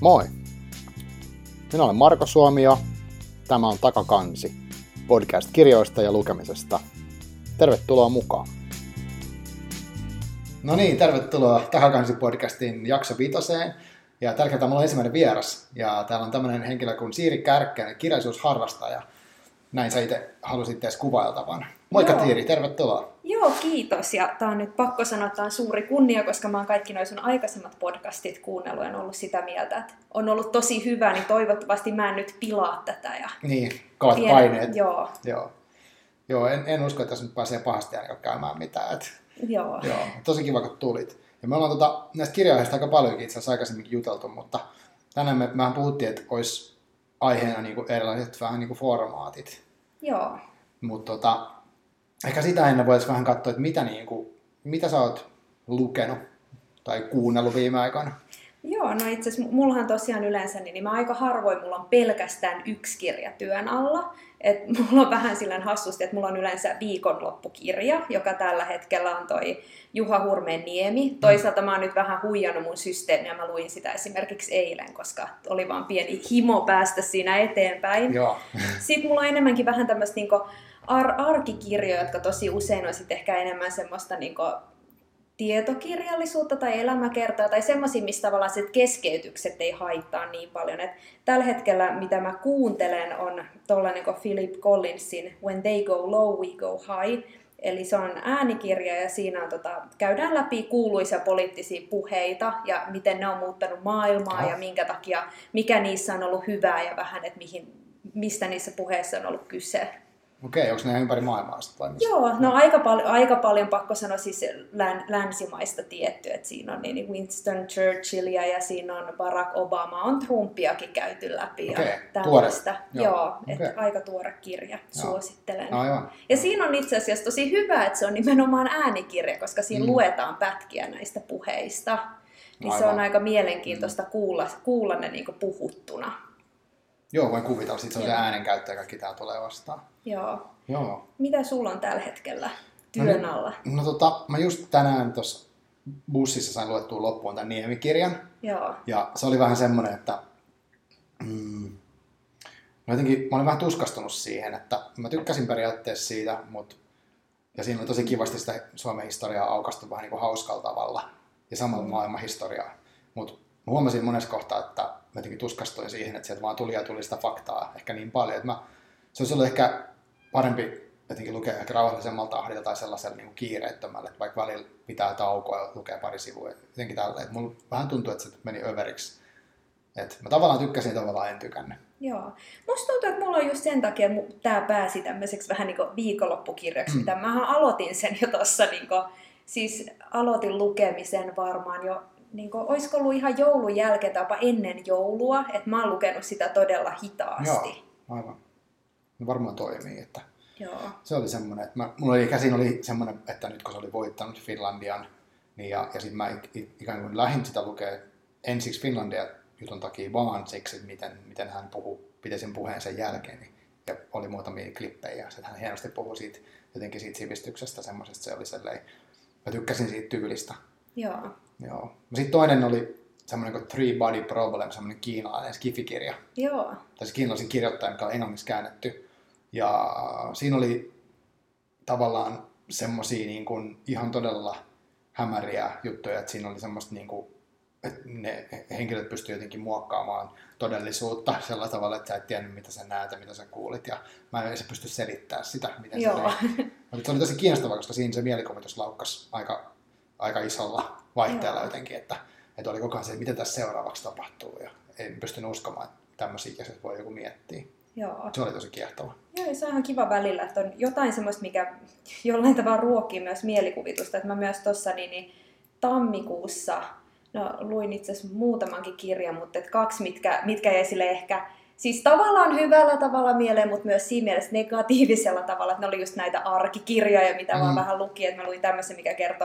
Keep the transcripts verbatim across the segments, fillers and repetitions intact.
Moi! Minä olen Marko Suomio. Tämä on Takakansi, podcast kirjoista ja lukemisesta. Tervetuloa mukaan! No niin, tervetuloa Takakansi-podcastin jakso vitoseen. Ja tällä kertaa mulla on ensimmäinen vieras. Ja täällä on tämmöinen henkilö kuin Siiri Kärkkäinen, kirjallisuusharrastaja. Näin sä itse halusit edes kuvailtavan. Moikka Joo. Tiiri, tervetuloa. Joo, kiitos. Ja tää on nyt pakko sanoa, että tää on suuri kunnia, koska mä oon kaikki noi sun aikaisemmat podcastit kuunnellut ja ollut sitä mieltä, että on ollut tosi hyvä, niin toivottavasti mä en nyt pilaa tätä. Ja niin, kovat Tiedän, paineet. Joo. Joo, Joo en, en usko, että tässä nyt pääsee pahasti ainakaan käymään mitään. Et, joo. joo. Tosi kiva, kun tulit. Ja me ollaan tota, näistä kirjoista aika paljonkin itse asiassa aikaisemminkin juteltu, mutta tänään me mehän puhuttiin, että olisi aiheena niinku erilaiset vähän niinku formaatit. Joo. Mutta tota, ehkä sitä ennen voitaisiin vähän katsoa, että mitä, niinku, mitä sä oot lukenut tai kuunnellut viime aikoina. Joo, no itse asiassa mullahan tosiaan yleensä, niin mä aika harvoin mulla on pelkästään yksi kirja työn alla. Et mulla on vähän sillä hassusti, että mulla on yleensä viikonloppukirja, joka tällä hetkellä on toi Juha Hurmeen Niemi. Toisaalta mä oon nyt vähän huijannut mun systeemiä, mä luin sitä esimerkiksi eilen, koska oli vaan pieni himo päästä siinä eteenpäin. Joo. Sitten mulla on enemmänkin vähän tämmöistä niinku ar- arkikirjoja, jotka tosi usein on sit ehkä enemmän semmoista niinku tietokirjallisuutta tai elämäkertaa tai semmoisia, missä tavallaan sit keskeytykset ei haittaa niin paljon. Et tällä hetkellä, mitä mä kuuntelen, on tollainen kuin Philip Collinsin When They Go Low, We Go High. Eli se on äänikirja ja siinä on, tota, käydään läpi kuuluisia poliittisia puheita ja miten ne on muuttanut maailmaa oh. ja minkä takia, mikä niissä on ollut hyvää ja vähän, että mihin, mistä niissä puheissa on ollut kyse. Okei, onko ne ympäri maailmaa sitten? Joo, no aika, pal- aika paljon pakko sanoa siis län- länsimaista tietty, että siinä on niin Winston Churchillia ja siinä on Barack Obama, on Trumpiakin käyty läpi okay. ja tällaista. Joo, Joo okay. että aika tuore kirja, Joo. suosittelen. Aivan. Ja siinä on itse asiassa tosi hyvä, että se on nimenomaan äänikirja, koska siinä mm. luetaan pätkiä näistä puheista. Niin Aivan. se on aika mielenkiintoista kuulla, kuulla ne niin kuin puhuttuna. Joo, voin kuvitella. Sitten se on se äänenkäyttö ja kaikki tää tulee vastaan. Joo. Joo. Mitä sulla on tällä hetkellä työn alla? No, no tota, mä just tänään tuossa bussissa sain luettua loppuun tämän Niemi-kirjan. Joo. Ja se oli vähän semmoinen, että mm, no jotenkin mä olin vähän tuskastunut siihen, että mä tykkäsin periaatteessa siitä, mutta ja siinä oli tosi kivasti sitä Suomen historiaa aukastu vähän niin kuin hauskalla tavalla ja samalla maailman historiaa. Mutta huomasin monessa kohtaa, että mä jotenkin tuskastuin siihen, että sieltä vaan tuli ja tuli sitä faktaa ehkä niin paljon, että mä, se olisi ollut ehkä parempi jotenkin lukea ehkä rauhallisemmalla tahdilla tai sellaisella niin kuin kiireettömällä, että vaikka välillä pitää taukoa ja lukea pari sivua. Jotenkin tälleen, että mulla vähän tuntuu, että se meni överiksi. Että mä tavallaan tykkäsin ja tavallaan en tykännyt. Joo. Musta tuntuu, että mulla on just sen takia, että tää pääsi tämmöiseksi vähän niin kuin viikonloppukirjaksi, mm. mitä mähän aloitin sen jo tossa, niin kuin, siis aloitin lukemisen varmaan jo, niin kuin, olisiko ollut ihan joulun jälkeen tai ennen joulua, että mä oon lukenut sitä todella hitaasti. Joo, aivan. No varmaan toimii, että Joo. se oli semmoinen, että mä, mulla oli käsin oli semmoinen, että nyt kun se oli voittanut Finlandian, niin ja, ja sitten mä ikään kuin lähdin sitä lukea ensiksi Finlandia jutun takia vaan siksi, että miten, miten hän puhui, piti sen puheen sen jälkeen. Niin, ja oli muutamia klippejä, ja hän hienosti puhui siitä, jotenkin siitä sivistyksestä semmoisesta, se oli sellainen, mä tykkäsin siitä tyylistä. Joo. Joo. Sitten toinen oli semmoinen kuin Three Body Problem, semmoinen kiinalainen skifikirja. Joo. Tai se kiinalaisen kirjoittaja, mikä on englanniksi käännetty. Ja siinä oli tavallaan semmosia niin kuin ihan todella hämäriä juttuja, että siinä oli semmoista niin kuin, että ne henkilöt pystyivät jotenkin muokkaamaan todellisuutta sillä tavalla, että sä et tiennyt, mitä sä näet ja mitä sä kuulit. Ja mä en edes pysty selittämään sitä, miten Joo. se oli. Mutta se oli tosi kiinnostavaa, koska siinä se mielikuvitus laukkasi aika, aika isolla vaihteella Joo. jotenkin, että, että oli koko ajan se, että mitä tässä seuraavaksi tapahtuu. Ja en pystynyt uskomaan, että tämmöisiä käsit voi joku miettiä. Joo. Se oli tosi kiehtova. Joo, se on ihan kiva välillä, että on jotain semmoista, mikä jollain tavalla ruokkii myös mielikuvitusta. Että mä myös tuossa niin, niin, tammikuussa no, luin itse asiassa muutamankin kirjan, mutta et kaksi, mitkä, mitkä jäi sille ehkä siis tavallaan hyvällä tavalla mieleen, mutta myös siinä mielessä negatiivisella tavalla, että ne oli just näitä arkikirjoja, mitä mm-hmm. vaan vähän luki. Että mä luin tämmöisen, mikä kertoo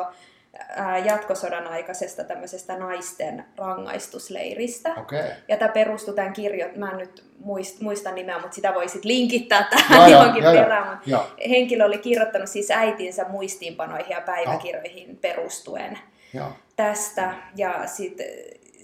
jatkosodan aikaisesta tämmöisestä naisten rangaistusleiristä. Okay. Ja tämä perustui tämän kirjo, mä en nyt muist, muista nimeä, mutta sitä voi sitten linkittää tähän joo, johonkin joo, perään. Joo. Henkilö oli kirjoittanut siis äitinsä muistiinpanoihin ja päiväkirjoihin oh. perustuen joo. tästä. Ja sitten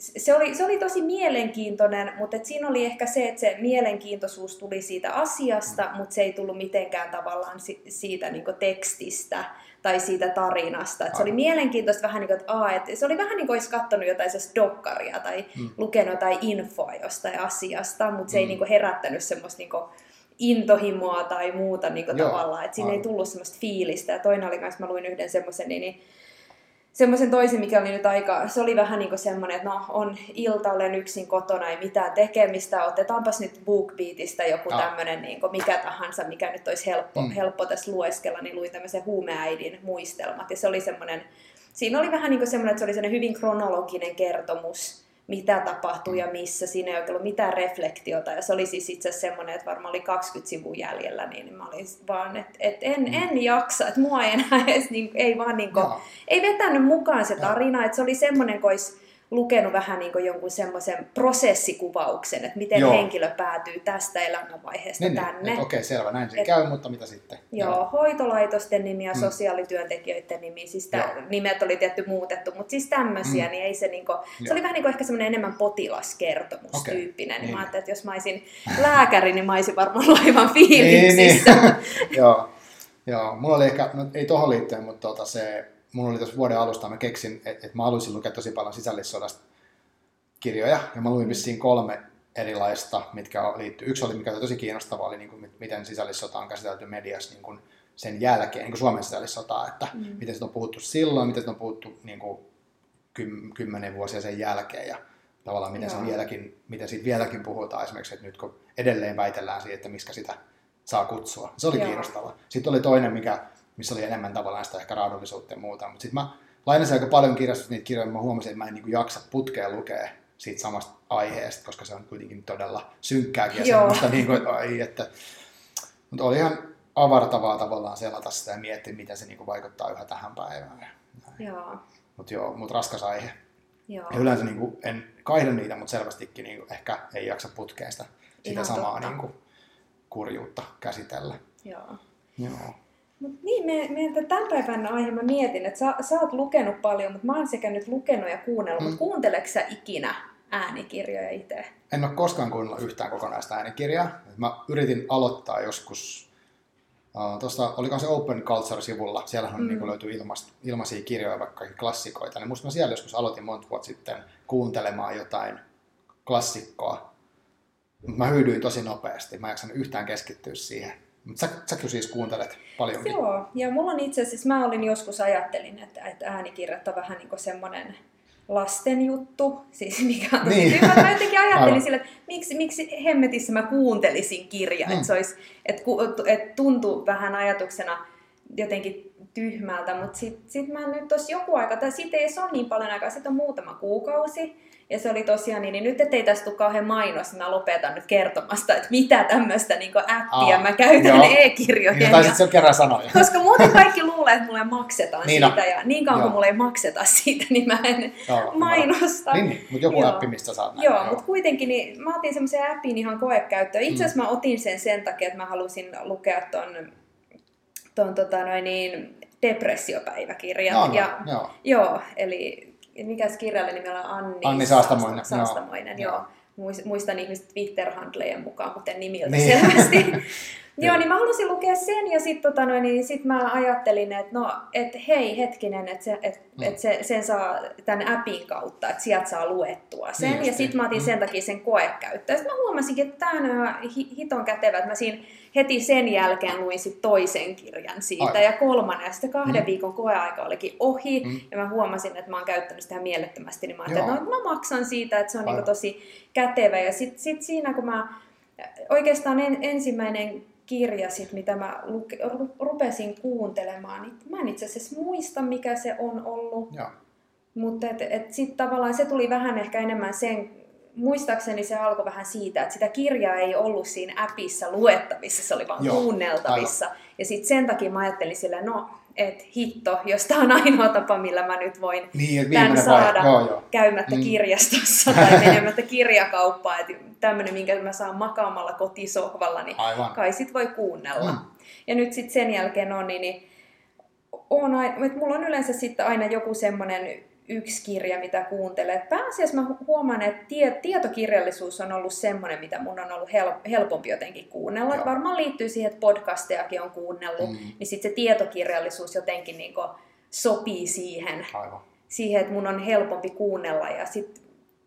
se oli, se oli tosi mielenkiintoinen, mutta et siinä oli ehkä se, että se mielenkiintoisuus tuli siitä asiasta, mm. mutta se ei tullut mitenkään tavallaan si, siitä niin kuin tekstistä tai siitä tarinasta. Et se oli mielenkiintoista vähän niin kuin, että, aa, että se oli vähän niin kuin olisi katsonut jotain dokkaria tai mm. lukenut jotain infoa jostain asiasta, mutta se mm. ei niin kuin herättänyt semmoista niin kuin intohimoa tai muuta niin kuin tavallaan, että siinä ei tullut semmoista fiilistä. Ja toinen oli kanssa, mä luin yhden semmoisen, niin, niin semmoisen toisen, mikä oli nyt aika, se oli vähän niin kuin semmoinen, että no on ilta, olen yksin kotona, ei mitään tekemistä, otetaanpas nyt BookBeatista joku no. tämmöinen niin kuin mikä tahansa, mikä nyt olisi helppo, mm. helppo tässä lueskella, niin luin tämmöisen Huumeäidin muistelmat. Ja se oli semmoinen, siinä oli vähän niin kuin semmoinen, että se oli semmoinen hyvin kronologinen kertomus, mitä tapahtui ja missä. Siinä ei oikein ollut mitään reflektiota. Ja se oli siis itse asiassa semmoinen, että varmaan oli kaksikymmentä sivua jäljellä, niin mä olin vaan, että, että en, mm. en jaksa, että mua ei enää edes, niin, ei vaan niin kuin, ei vetänyt mukaan se tarina, että se oli semmoinen, kun olisi lukenut vähän niin kuin jonkun semmoisen prosessikuvauksen, että miten Joo. henkilö päätyy tästä elämänvaiheesta niin, tänne. Okei, okay, selvä, näin se Et, käy, mutta mitä sitten? Joo, Joo. hoitolaitosten nimiä, mm. sosiaalityöntekijöiden nimiä, siis tä, nimet oli tietty muutettu, mutta siis tämmöisiä, mm. niin ei se niinku, se oli vähän niin kuin ehkä semmoinen enemmän potilaskertomus okay. tyyppinen, niin, niin mä ajattelin, että jos mä olisin lääkäri, niin mä olisin varmaan aivan fiiliksissä. niin, niin. Joo, Joo, mulla oli ehkä, no ei tohon liittyen, mutta tota se, mulla oli tuossa vuoden alusta, mä keksin, että et mä haluaisin lukea tosi paljon sisällissodasta kirjoja, ja mä luin vissiin kolme erilaista, mitkä liittyy. Yksi oli, mikä oli tosi kiinnostavaa, oli niin kuin, miten sisällissota on käsitelty mediassa niin kuin sen jälkeen, niin kuin Suomen sisällissotaa, että mm. miten sitä on puhuttu silloin, miten sitä on puhuttu niin kuin kymmenen vuosia sen jälkeen, ja tavallaan miten, se vieläkin, miten siitä vieläkin puhutaan esimerkiksi, että nyt kun edelleen väitellään siitä, että miskä sitä saa kutsua. Se oli Joo. kiinnostavaa. Sitten oli toinen, mikä, missä oli enemmän tavallaan sitä ehkä raadollisuutta ja muuta, mutta sitten mä lainasin aika paljon kirjastosta niitä kirjoja, mä huomasin, että mä en niin kuin jaksa putkeen lukea siitä samasta aiheesta, koska se on kuitenkin todella synkkääkin ja semmoista, niin kuin, että, ai, että mutta oli ihan avartavaa tavallaan selata sitä ja miettiä, miten se niin kuin vaikuttaa yhä tähän päivään. Mutta joo, mut raskas aihe. Joo. Ja yleensä niin kuin, en kaihda niitä, mutta selvästikin niin kuin, ehkä ei jaksa putkeen sitä, sitä samaa niin kuin, kurjuutta käsitellä. Joo. Joo. Mut niin, me, me tämän päivän aihe mä mietin, että sä, sä oot lukenut paljon, mutta mä oon sekä nyt lukenut ja kuunnellut, mm. mutta kuunteleeko sä ikinä äänikirjoja itse? En ole koskaan kuunnellut yhtään kokonaista äänikirjaa. Mä yritin aloittaa joskus, uh, tuosta, olikohan se Open Culture-sivulla, siellähän mm. niin löytyy ilmas, ilmaisia kirjoja, vaikka klassikoita, niin musta mä siellä joskus aloitin monta vuotta sitten kuuntelemaan jotain klassikkoa. Mä hyydyin tosi nopeasti, mä en jaksanut yhtään keskittyä siihen. Mutta sä, säkin siis kuuntelet paljonkin. Joo, ja mulla on itse asiassa, mä olin joskus ajattelin, että, että äänikirjat on vähän niin kuin semmoinen lasten juttu, siis mikä on tosi niin. hyvä. Mä jotenkin ajattelin sillä, että miksi, miksi hemmetissä mä kuuntelisin kirjaa, mm. että se olisi, että, että tuntuu vähän ajatuksena jotenkin tyhmältä, mutta sitten sit mä nyt tuossa joku aika, tai siitä ei se ole niin paljon aikaa, sitten on muutama kuukausi, ja se oli tosiaan niin, niin nyt ettei tästä tule kauhean mainos, mä lopetan nyt kertomasta, että mitä tämmöistä niin appia Aa, mä käytän joo. e-kirjoihin. Niin, taisit sen kerran sanoa. Koska muuten kaikki luulee, että mulle maksetaan niin siitä, ja niin kauan kun mulle ei makseta siitä, niin mä en joo, mainosta. Niin, niin, mutta joku joo. appi, mistä saat näin. Joo, joo. mutta kuitenkin niin, mä otin semmoisen appin ihan koekäyttöön. Itse asiassa mm. mä otin sen sen takia, että mä halusin lukea ton, ton tota noin niin, depressiopäiväkirjan. No, no, ja, joo. joo, eli mikäs kirjalle nimellä on Anni, Anni Saastamoinen. Saastamoinen joo. joo. Muistan ihmiset Twitter-handlejen mukaan, kuten nimiltä niin. selvästi. Joo, niin mä halusin lukea sen ja sitten tota niin sit mä ajattelin, että no, et hei hetkinen, että se, et, mm. et se, sen saa tämän appin kautta, että sieltä saa luettua sen. Niin ja sitten mä otin mm. sen takia sen koekäyttöön. Sitten mä huomasinkin, että tämä on ihan hiton kätevä, että mä siinä heti sen jälkeen luin sit toisen kirjan siitä Aivan. ja kolmannen. Ja sitten kahden mm. viikon koeaika olikin ohi mm. ja mä huomasin, että mä oon käyttänyt sitä mielettömästi. Niin mä ajattelin, että no, mä maksan siitä, että se on niinku tosi kätevä. Ja sitten sit siinä, kun mä oikeastaan en, ensimmäinen kirja, sit, mitä mä luke, rupesin kuuntelemaan, niin mä en itse asiassa muista, mikä se on ollut. Mutta et, et sitten tavallaan se tuli vähän ehkä enemmän sen, muistaakseni se alkoi vähän siitä, että sitä kirjaa ei ollut siinä appissa luettavissa, se oli vaan Joo, kuunneltavissa. Aivan. Ja sitten sen takia mä ajattelin silleen, no, että hitto, jos tää on ainoa tapa, millä mä nyt voin niin, tämän saada joo, joo. käymättä mm. kirjastossa tai menemättä kirjakauppaan. Että tämmöinen, minkä mä saan makaamalla kotisohvalla, niin Aivan. kai sit voi kuunnella. Mm. Ja nyt sitten sen jälkeen on, niin, niin on, että mulla on yleensä sitten aina joku semmoinen yksi kirja, mitä kuuntelen. Pääasiassa mä huomaan, että tie, tietokirjallisuus on ollut semmoinen, mitä mun on ollut hel, helpompi jotenkin kuunnella. Joo. Varmaan liittyy siihen, että podcastejakin on kuunnellut, mm. niin sitten se tietokirjallisuus jotenkin niin kuin sopii siihen, Aivan. siihen, että mun on helpompi kuunnella. Ja sitten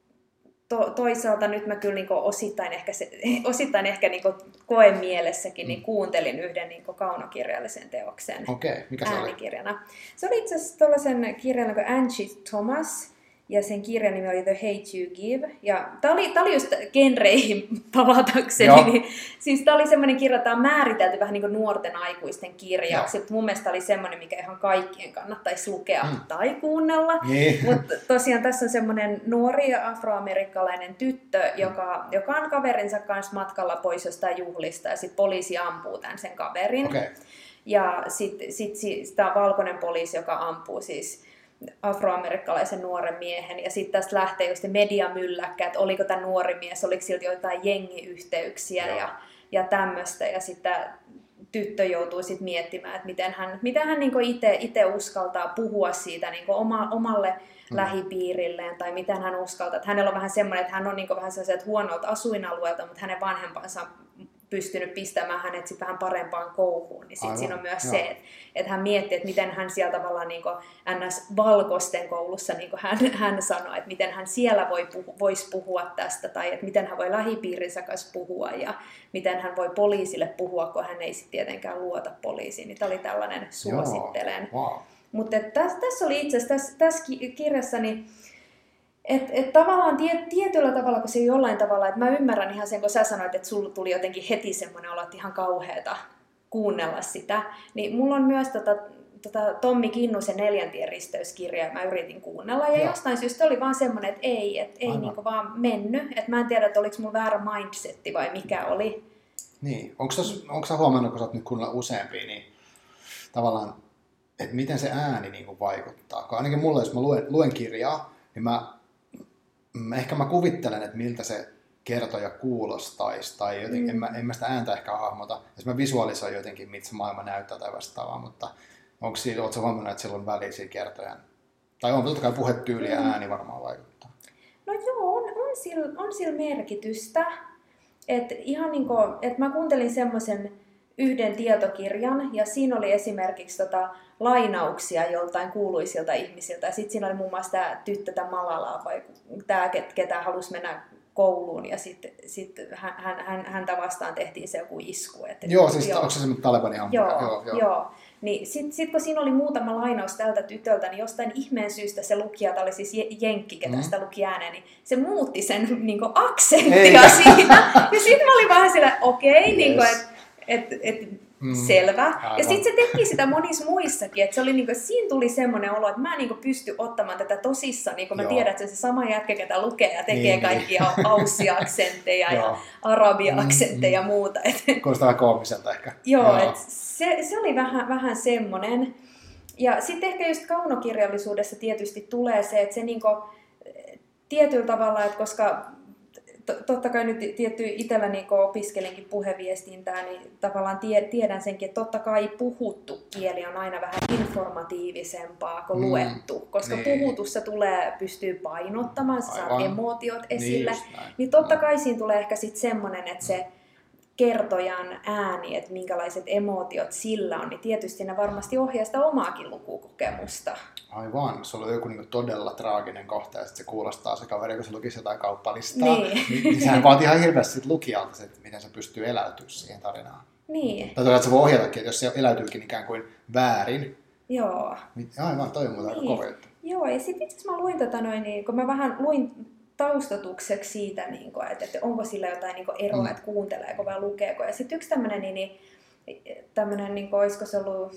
to, toisaalta nyt mä kyllä niin kuin osittain ehkä, se, osittain ehkä niin kuin koemielessäkin mm. niin kuuntelin yhden niin kuin kaunokirjallisen teoksen okay. Mikä se äänikirjana. Oli? Se oli itse asiassa tuollaisen kirjan kuin Angie Thomas, ja sen kirjan nimi oli The Hate You Give. Ja tää oli, tää oli just genreihin palatakseni. Niin, siis tää oli semmoinen kirja, tää on määritelty vähän niin kuin nuorten aikuisten kirjaksi. Mun mielestä oli semmoinen, mikä ihan kaikkien kannattaisi lukea mm. tai kuunnella. Yeah. Mutta tosiaan tässä on semmoinen nuori afroamerikkalainen tyttö, mm. joka, joka on kaverinsa kanssa matkalla pois jostain juhlista. Ja sitten poliisi ampuu tämän sen kaverin. Okay. Ja sitten sit, sit, tämä valkoinen poliisi, joka ampuu siis afroamerikkalaisen nuoren miehen, ja sitten tästä lähtee just mediamylläkkä, että oliko tämä nuori mies, oliko silti jotain jengiyhteyksiä ja, ja tämmöistä, ja sitten tyttö joutuu sitten miettimään, että miten hän, miten hän niinku itse uskaltaa puhua siitä niinku oma, omalle mm. lähipiirilleen, tai miten hän uskaltaa, että hänellä on vähän semmoinen, että hän on niinku vähän sellaiset huonolta asuinalueelta, mutta hänen vanhempansa on pystynyt pistämään hänet sitten vähän parempaan kouluun, niin sitten siinä on myös joo. se, että, että hän miettii, että miten hän siellä tavallaan niin N S-valkoisten koulussa, niin kuin hän, hän sanoi, että miten hän siellä voi puhu, voisi puhua tästä, tai että miten hän voi lähipiirinsä kanssa puhua, ja miten hän voi poliisille puhua, kun hän ei sitten tietenkään luota poliisiin. Niin tämä oli tällainen suosittelen. Wow. Mutta tässä, tässä oli itse asiassa, tässä, tässä kirjassa, niin Että et tavallaan tie, tietyllä tavalla, kun se jollain tavalla, että mä ymmärrän ihan sen, kun sä sanoit, että sulla tuli jotenkin heti semmoinen olo, että ihan kauheata kuunnella sitä, niin mulla on myös tota, tota Tommi Kinnusen Neljäntien risteyskirja, ja mä yritin kuunnella, ja Joo. jostain syystä oli vaan semmoinen, että ei, että ei niinku vaan mennyt, että mä en tiedä, että oliko mulla väärä mindsetti vai mikä oli. Niin, onko sä huomannut, kun sä oot nyt kuunnella useampia, niin tavallaan, että miten se ääni niinku vaikuttaa, kun ainakin mulla, jos mä luen, luen kirjaa, niin mä Ehkä mä kuvittelen, että miltä se kertoja kuulostaisi, tai jotenkin, mm. en, mä, en mä sitä ääntä ehkä hahmota, jos mä visualisoin jotenkin, miltä se maailma näyttää tai vastaavaa, mutta onko siinä, ootko sä huomannut, että sillä on väliä siinä kertojan? Tai on totta kai puhetyyli ja ääni varmaan vaikuttaa. No joo, on, on, sillä, on sillä merkitystä. Että ihan niin kuin, että mä kuuntelin semmoisen yhden tietokirjan, ja siinä oli esimerkiksi tota, lainauksia joltain kuuluisilta ihmisiltä. Ja sitten siinä oli muun muassa tämä tyttö, tämä Malalaa, vai tämä, ketä halusi mennä kouluun, ja sitten sit hän, hän, häntä vastaan tehtiin se joku isku. Et, joo, siis joo. Onko se semmoinen Talebanin ampuja? Joo, joo, joo. joo. Niin sitten sit, kun siinä oli muutama lainaus tältä tytöltä, niin jostain ihmeen syystä se lukija, tämä oli siis jenkki, ketä mm. sitä luki ääneen, niin se muutti sen niin kuin aksenttia siinä. Ja sitten mä olin vähän sillä, okei, okay, yes. niin että et, et, mm. selvä. Aivan. Ja sitten se teki sitä monissa muissakin, että se oli niinku, siinä tuli semmoinen olo, että mä en niinku pysty ottamaan tätä tosissaan, niin kun mä Joo. tiedän, että se sama jätkä, ketä lukee ja tekee niin, kaikkia niin. aussia-aksentteja ja arabia-aksentteja mm, ja muuta. Kuulostaa vähän koomiselta ehkä. Joo, Joo. Se, se oli vähän, vähän semmoinen. Ja sitten ehkä just kaunokirjallisuudessa tietysti tulee se, että se niinku, tietyllä tavalla, että koska totta kai nyt tietty itsellä niin kun opiskelinkin puheviestintää, niin tavallaan tie, tiedän senkin, että totta kai puhuttu kieli on aina vähän informatiivisempaa kuin mm, luettu, koska niin. puhutussa tulee, pystyy painottamaan, se saa emootiot esille, niin, niin totta kai siinä tulee ehkä sitten semmoinen, että se kertojan ääni, että minkälaiset emootiot sillä on, niin tietysti ne varmasti ohjaa sitä omaakin lukukokemusta. Aivan, se oli joku niin todella traaginen kohta, ja sitten se kuulostaa se kaveri, kun se lukisi jotain kauppalistaa. Niin. niin sehän vaatii ihan hirveästi lukijalta, että miten se pystyy eläytymään siihen tarinaan. Niin. Tai toisaalta se voi ohjatakin, että jos se eläytyykin ikään kuin väärin. Joo. Niin, aivan, toi on muuta niin. aika kova juttu. Joo, ja sitten itse asiassa mä luin tätä noin, niin, kun mä vähän luin taustatukseksi siitä, niin kuin, että, että onko sillä jotain niin kuin eroa, mm. että kuunteleeko vai lukeeko. Ja sitten yksi tämmöinen, niin, tämmöinen niin kuin, olisiko se ollut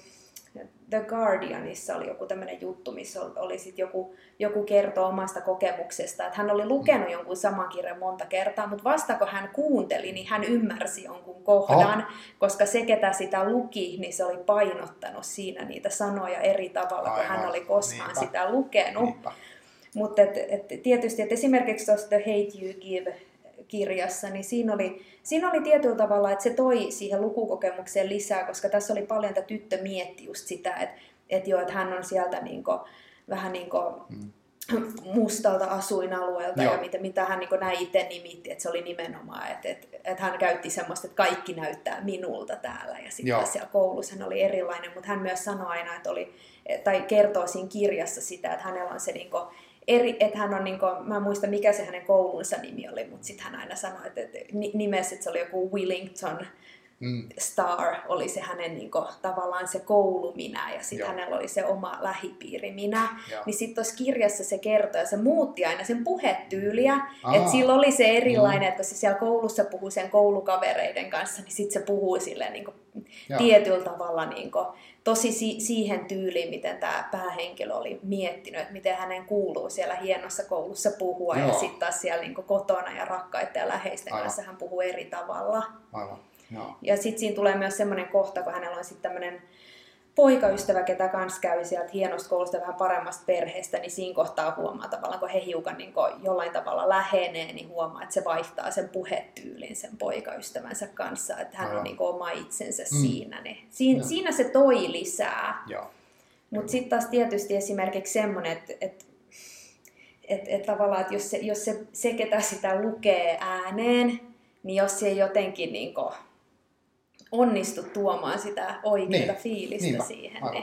The Guardianissa oli joku tämmöinen juttu, missä oli sit joku, joku kertoo omasta kokemuksesta, että hän oli lukenut mm. jonkun saman kirjan monta kertaa, mutta vasta kun hän kuunteli, niin hän ymmärsi jonkun kohdan, oh. koska se, ketä sitä luki, niin se oli painottanut siinä niitä sanoja eri tavalla, kun hän oli koskaan Niinpä. sitä lukenut. Mutta et, et, tietysti, että esimerkiksi tuossa The Hate You Give -kirjassa, niin siinä oli, siinä oli tietyllä tavalla, että se toi siihen lukukokemukseen lisää, koska tässä oli paljon, että tyttö mietti just sitä, että, että, jo, että hän on sieltä niinku, vähän niin kuin mm. mustalta asuinalueelta Joo. ja mitä, mitä hän niin näin itse nimitti, että se oli nimenomaan, että, että, että hän käytti semmoista, että kaikki näyttää minulta täällä ja sitten siellä koulussa hän oli erilainen, mutta hän myös sanoi aina, että oli, tai kertoo siinä kirjassa sitä, että hänellä on se niin kuin, eri, että hän on niin kuin, mä en muista mikä se hänen koulunsa nimi oli, mutta sitten hän aina sanoi, että, että nimessä, että se oli joku Wellington Mm. Star oli se hänen niin kuin, tavallaan se kouluminä ja sitten hänellä oli se oma lähipiiriminä. Joo. Niin sitten tuossa kirjassa se kertoo ja se muutti aina sen puhetyyliä. Että sillä oli se erilainen, mm. että kun se siellä koulussa puhuu sen koulukavereiden kanssa, niin sitten se puhuu silleen niin kuin, tietyllä tavalla niin kuin, tosi si- siihen tyyliin, miten tämä päähenkilö oli miettinyt, että miten hänen kuuluu siellä hienossa koulussa puhua. Joo. Ja sitten taas siellä niin kuin, kotona ja rakkaiden ja läheisten Aivan. kanssa hän puhuu eri tavalla. Aivan. No. Ja sitten siinä tulee myös semmoinen kohta, kun hänellä on sitten tämmöinen poikaystävä, ketä kanssa käy sieltä hienosta koulusta vähän paremmasta perheestä, niin siinä kohtaa huomaa tavallaan, kun he hiukan niin kun jollain tavalla lähenee, niin huomaa, että se vaihtaa sen puhetyylin sen poikaystävänsä kanssa, että hän no. on niin kun oma itsensä mm. siinä. Niin siinä, no. siinä se toi lisää. Mutta sitten taas tietysti esimerkiksi semmoinen, että et, et, et tavallaan, että jos, se, jos se, se, ketä sitä lukee ääneen, niin jos se ei jotenkin niin kun onnistu tuomaan sitä oikeaa niin, fiilistä niinpä, siihen. Niin.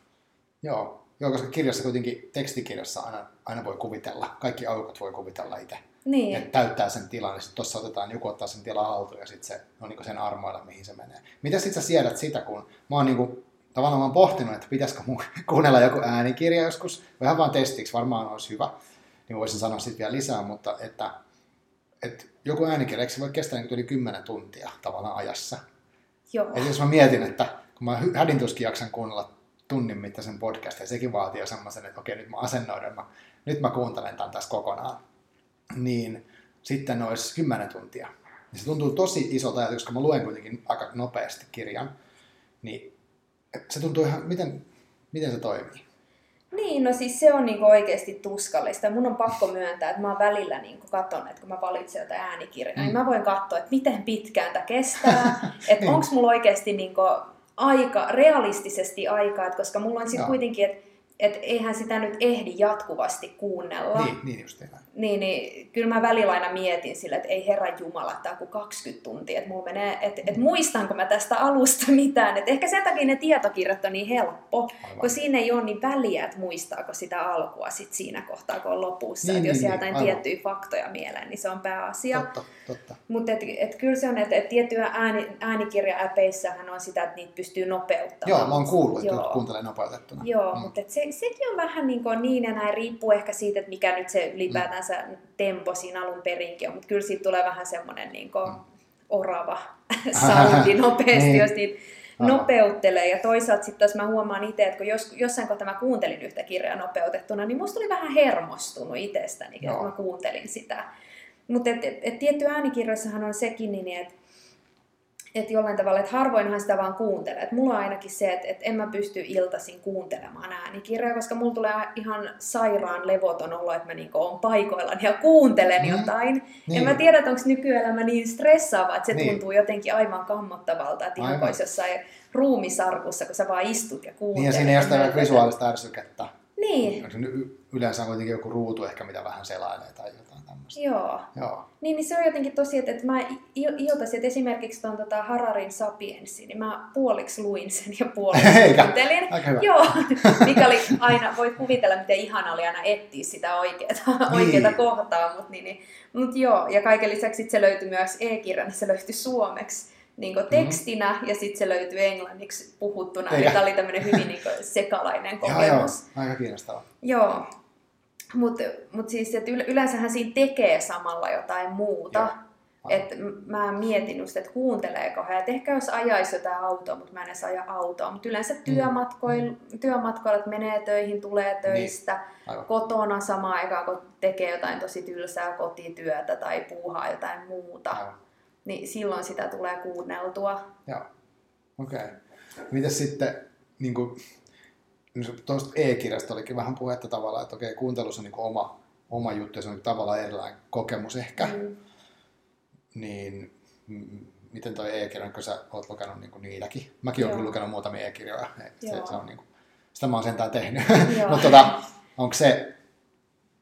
Joo. Joo, koska kirjassa kuitenkin, tekstikirjassa aina, aina voi kuvitella, kaikki aukot voi kuvitella itse. Niin. Ja täyttää sen tilan, ja sitten tuossa otetaan, joku ottaa sen tilan haltuun, ja sitten se on niin sen armoilla, mihin se menee. Miten sitten sä siedät sitä, kun mä oon niin kuin, tavallaan mä oon pohtinut, että pitäisikö mun kuunnella joku äänikirja joskus, vähän vaan testiksi, varmaan olisi hyvä, niin voisin sanoa sitten vielä lisää, mutta että, että joku äänikirja, eikö se voi kestää niin yli kymmenen tuntia tavallaan ajassa? Joo. Eli jos mä mietin, että kun mä hädintuskin jaksan kuunnella tunnin mittaisen podcastin, ja sekin vaatii jo semmoisen, että okei, nyt mä asennoidun, mä, nyt mä kuuntelen tämän tässä kokonaan, niin sitten olisi kymmenen tuntia. Ja se tuntuu tosi isolta ajatukselta, koska mä luen kuitenkin aika nopeasti kirjan, niin se tuntuu ihan, miten, miten se toimii? Niin, no siis se on niinku oikeasti tuskallista. Mun on pakko myöntää, että mä oon välillä niinku katon, että kun mä valitsen jotain äänikirjaa, mm. niin mä voin katsoa, että miten pitkään tämä kestää, että niin. onko mulla oikeasti niinku aika, realistisesti aikaa, että koska mulla on sitten kuitenkin, että et eihän sitä nyt ehdi jatkuvasti kuunnella. Niin, niin just näin. Niin, niin kyllä mä välillä aina mietin sille, että ei herra jumala, tää on kuin kaksikymmentä tuntia, että mulla menee, että et muistanko mä tästä alusta mitään. Et ehkä sen takia ne tietokirjat on niin helppo, aivan. kun siinä ei ole niin väliä, että muistaako sitä alkua sit siinä kohtaa, kun on lopussa. Niin, et jos niin, sieltä niin, tiettyjä faktoja mieleen, niin se on pääasia. Totta, totta. Mutta et, et kyllä se on, että et tiettyjä ääni, äänikirja-äpeissähän on sitä, että niitä pystyy nopeuttamaan. Joo, mä oon kuullut, että kuuntelee nopeutettuna. Joo, mm. mutta se, sekin on vähän niin, niin ja näin, riippuu ehkä siitä, että mikä nyt se ylipäätään mm. tempo siinä alun perinkin on, mutta kyllä siitä tulee vähän semmoinen niin kuin mm. orava soundi nopeasti, niin. jos niitä Aha. nopeuttelee. Ja toisaalta sitten taas mä huomaan itse, että kun jos, jossain kohtaa mä kuuntelin yhtä kirjaa nopeutettuna, niin musta oli vähän hermostunut itsestäni, että mä kuuntelin sitä. Mutta et, et, et tietty äänikirjoissahan on sekin, niin että että jollain tavalla, että harvoinhan sitä vaan kuuntelee. Et mulla on ainakin se, että et en mä pysty iltaisin kuuntelemaan äänikirjoja, koska mulla tulee ihan sairaan levoton olo, että mä niinku oon paikoillani ja kuuntelen mm. jotain. Niin. En mä tiedä, että onko nykyelämä niin stressaava, että se niin. tuntuu jotenkin aivan kammottavalta, että ihan kuin jossain ruumisarkussa, kun sä vaan istut ja kuuntelet. Niin ja siinä ei ole sitä visuaalista ärsykettä. Niin. Yleensä on kuitenkin joku ruutu ehkä, mitä vähän selailee tai jotain tämmöistä. Joo. Joo. Niin, niin se on jotenkin tosi, että, että mä iltaisin, että esimerkiksi tuon tota Hararin Sapiensin, niin mä puoliksi luin sen ja puoliksi kuuntelin. Aika hyvä. Joo, mikä oli aina, voi kuvitella, miten ihana oli aina etsiä sitä oikeaa, niin. oikeaa kohtaa. Mutta niin, niin, mut joo, ja kaiken lisäksi se löytyi myös e-kirjana, se löytyi suomeksi. Niin tekstinä mm-hmm. ja sitten se löytyy englanniksi puhuttuna. Eli tämä oli tämmöinen hyvin niin sekalainen kokemus. Joo, aika kiinnostavaa. Joo, mutta mut siis että yleensähän siinä tekee samalla jotain muuta. Että mä mietin just, että kuunteleeko he. Et ehkä jos ajaisi jotain autoa, mutta mä en edes aja autoa. Mutta yleensä työmatkoilla, mm. työmatkoilla, että menee töihin, tulee töistä, niin. kotona samaan aikaan, kun tekee jotain tosi tylsää kotityötä tai puuhaa jotain muuta. Aivan. Niin silloin sitä tulee kuunneltua. Joo, okei. Okay. Mites sitten, niin kuin, tuosta e-kirjasta olikin vähän puhetta tavallaan, että okei, okay, kuuntelussa on niin kuin oma, oma juttu ja se on tavallaan erilainen kokemus ehkä. Mm. Niin m- miten toi e-kirja, kun sä oot lukenut niin kuin niitäkin? Mäkin olen kyllä lukenut muutamia e-kirjoja. Se, se on niin kuin, sitä mä oon sentään tehnyt. Mutta tota, onko se,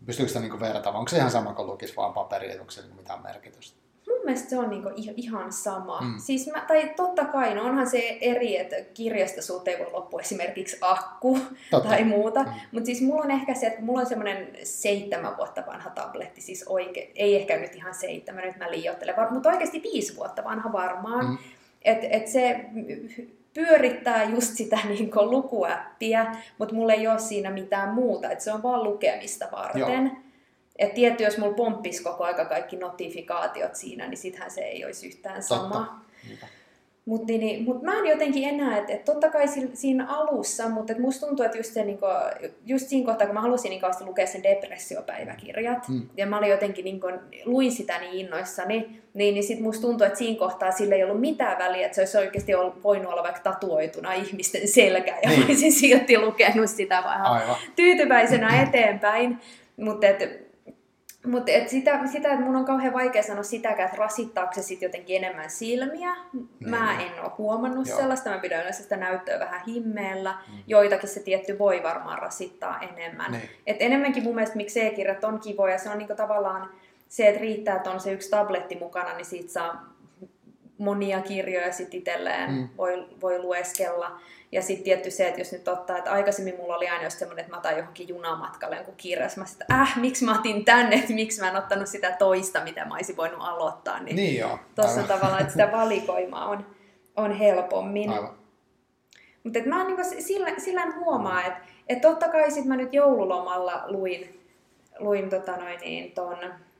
pystyykö sitä niin vertaamaan? Onko se ihan sama kuin lukisi vaan paperi, onko se niin mitään merkitystä? Mun mielestä se on niinku ihan sama. Mm. Siis mä, tai totta kai, no onhan se eri, että kirjasta sulta ei voi loppua esimerkiksi akku totta. Tai muuta. Mm. Mutta siis mulla on ehkä se, että mulla on semmoinen seitsemän vuotta vanha tabletti, siis oike, ei ehkä nyt ihan seitsemän, nyt mä liioittelen, mutta oikeasti viisi vuotta vanha varmaan. Mm. Että et se pyörittää just sitä niinku lukuäppiä, mutta mulla ei ole siinä mitään muuta, että se on vaan lukemista varten. Joo. Et tietty, jos mulla pomppisi koko aika kaikki notifikaatiot siinä, niin sittenhän se ei olisi yhtään sama. Mutta niin, mut mä en jotenkin enää, että et totta kai siinä alussa, mutta et musta tuntuu, että just, se, niinku, just siinä kohtaa, kun mä halusin niin kauheasti lukea sen depressiopäiväkirjat, mm. ja mä olin jotenkin, niin kun, luin sitä niin innoissani, niin, niin sit musta tuntuu, että siinä kohtaa sillä ei ollut mitään väliä, että se olisi oikeasti ollut, voinut olla vaikka tatuoituna ihmisten selkä, ja niin. Mä olisin silti lukenut sitä vähän tyytyväisenä eteenpäin. Mutta Mutta et sitä, sitä, että mun on kauhean vaikea sanoa sitäkään, että rasittaako se sit jotenkin enemmän silmiä. Niin. Mä en ole huomannut Joo. sellaista. Mä pidän yleensä sitä näyttöä vähän himmeellä. Mm. Joitakin se tietty voi varmaan rasittaa enemmän. Niin. Et enemmänkin mun mielestä, miksi e-kirjat on kivoja, se on niinku tavallaan se, että riittää, että on se yksi tabletti mukana, niin siitä saa monia kirjoja sit itselleen mm. voi, voi lueskella. Ja sitten tietty se, että jos nyt ottaa, että aikaisemmin mulla oli aina just semmoinen, että mä otan johonkin junamatkalle jonkun kirjas. Mä sitten, äh, miksi mä otin tänne, että miksi mä en ottanut sitä toista, mitä mä olisin voinut aloittaa. Niin, niin joo. Tossa tavallaan, että sitä valikoimaa on, on helpommin. Aivan. Mutta mä oon niinku sillä, sillä huomaa, että et totta kai sit mä nyt joululomalla luin, luin tota noin niin ton,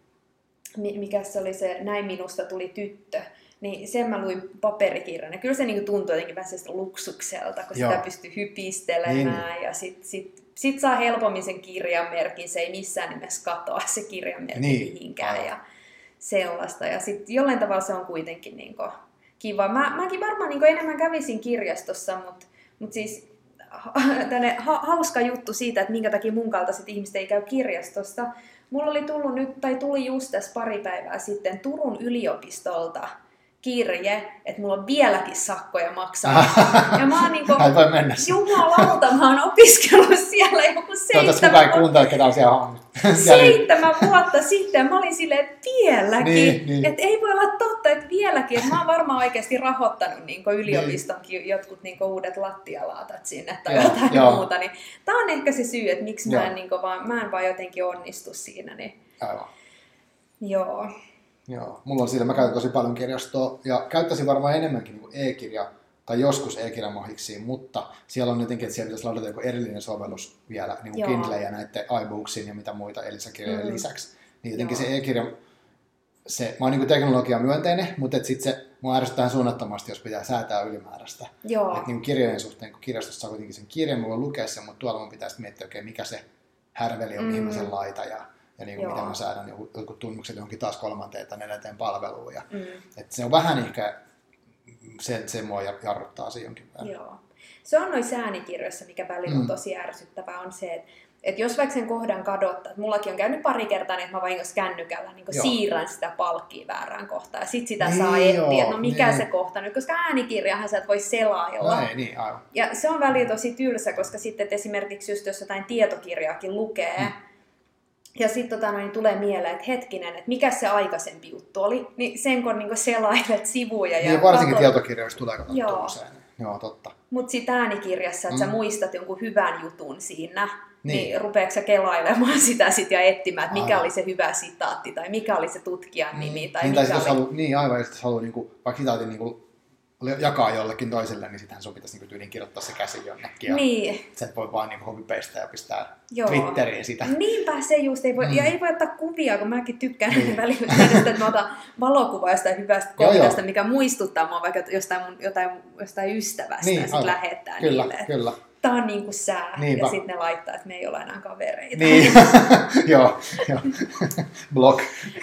mikä se oli se, Näin minusta tuli tyttö. Niin sen mä luin paperikirjan. Ja kyllä se niinku tuntui jotenkin vähän luksukselta, kun Joo. sitä pystyy hypistelemään. Niin. Ja sit, sit, sit saa helpommin sen kirjanmerkin. Se ei missään nimessä katoa se kirjanmerkki niin. mihinkään. Ja sellaista. Ja sit jollain tavalla se on kuitenkin niinku kiva. Mä, mäkin varmaan niinku enemmän kävisin kirjastossa, mutta mut siis tänne ha, hauska juttu siitä, että minkä takia mun kaltaiset ihmiset ei käy kirjastosta. Mulla oli tullut nyt, tai tuli just tässä pari päivää sitten Turun yliopistolta kirje, että mulla on vieläkin sakkoja maksaa. Ja mä oon niinku, jumalauta, mä oon opiskellut siellä joku seitsemän vuotta. Ketä on siellä seitsemän vuotta sitten. Mä olin silleen, että vieläkin. Niin, niin. Että ei voi olla totta, että vieläkin. Että mä oon varmaan oikeasti rahoittanut niinku yliopistonkin niin. jotkut niinku uudet lattialaatat sinne tai joo, jotain joo. muuta. Niin tää on ehkä se syy, että miksi mä en, niinku vaan, mä en vaan jotenkin onnistu siinä. Niin. Aivan. Joo. Joo, mulla on siinä, mä käytän tosi paljon kirjastoa ja käyttäisin varmaan enemmänkin niin e-kirja tai joskus e-kirjamohiksiin, mutta siellä on jotenkin, että siellä pitäisi ladata joku erillinen sovellus vielä niin kuin Kindle ja näiden iBooksin ja mitä muita Elisa-kirjojen mm. lisäksi. Niin jotenkin Joo. se e-kirja, se, mä oon niin kuin teknologia myönteinen, mutta sitten se mua ärsyttää suunnattomasti, jos pitää säätää ylimääräistä. Että niin kirjojen suhteen, kun kirjastossa saa kuitenkin sen kirjan, mä voin lukea sen, mutta tuolla mun pitäisi miettiä, okay, mikä se härveli on, mm. mihin mä sen laita ja Ja niin kuin miten mä säädän jotkut tunnukset johonkin taas kolmanteen tai neljänteen palveluun. Ja, mm. että se on vähän ehkä, se, se mua jarruttaa se jonkin verran. Joo. Se on noissa äänikirjoissa, mikä välillä on mm. tosi ärsyttävää, on se, että, että jos vaikka sen kohdan kadottaa, että mullakin on käynyt pari kertaa, niin että mä vahingossa kännykällä niin siirrän sitä palkkia väärään kohtaan ja sit sitä niin, saa etsiä, että no mikä niin. se kohta nyt, koska äänikirjahan sä et voi selailla. No ei, niin, aivan. Ja se on välillä tosi tylsä, koska sitten esimerkiksi just jos jotain tietokirjaakin lukee, mm. ja sitten tota, niin tulee mieleen, että hetkinen, että mikä se aikaisempi juttu oli, niin sen kun niin selailet sivuja. Niin, ja varsinkin katot... tietokirjoissa tulee katsottua usein. Joo, totta. Mutta sitten äänikirjassa, että mm. sä muistat jonkun hyvän jutun siinä, niin, niin rupeatko sä kelailemaan sitä sit ja etsimään, että mikä aivan. oli se hyvä sitaatti, tai mikä oli se tutkijan nimi, tai niin, mikä tai oli... Halu, niin, aivan, jos haluaa niinku, vaikka sitaatin niinku, jakaa jollekin toiselle, niin sittenhän sun pitäisi niinku tyyliin kirjoittaa se käsi jonnekin. Ja niin. Sä et voi vaan niinku copy-pastea ja pistää Joo. Twitteriin sitä. Niinpä se just, ei voi, mm. ja ei voi ottaa kuvia, kun mäkin tykkään niin. välillä edestä, että mä otan valokuvaa jostain hyvästä kohdasta, mikä muistuttaa mua vaikka jostain, mun, jotain, jostain ystävästä niin, ja sitten lähettää kyllä, niille. Kyllä. Tää on niinku sää, Niinpä. Ja sitten ne laittaa, että me ei olla enää kavereita. Niin, joo, joo. Block.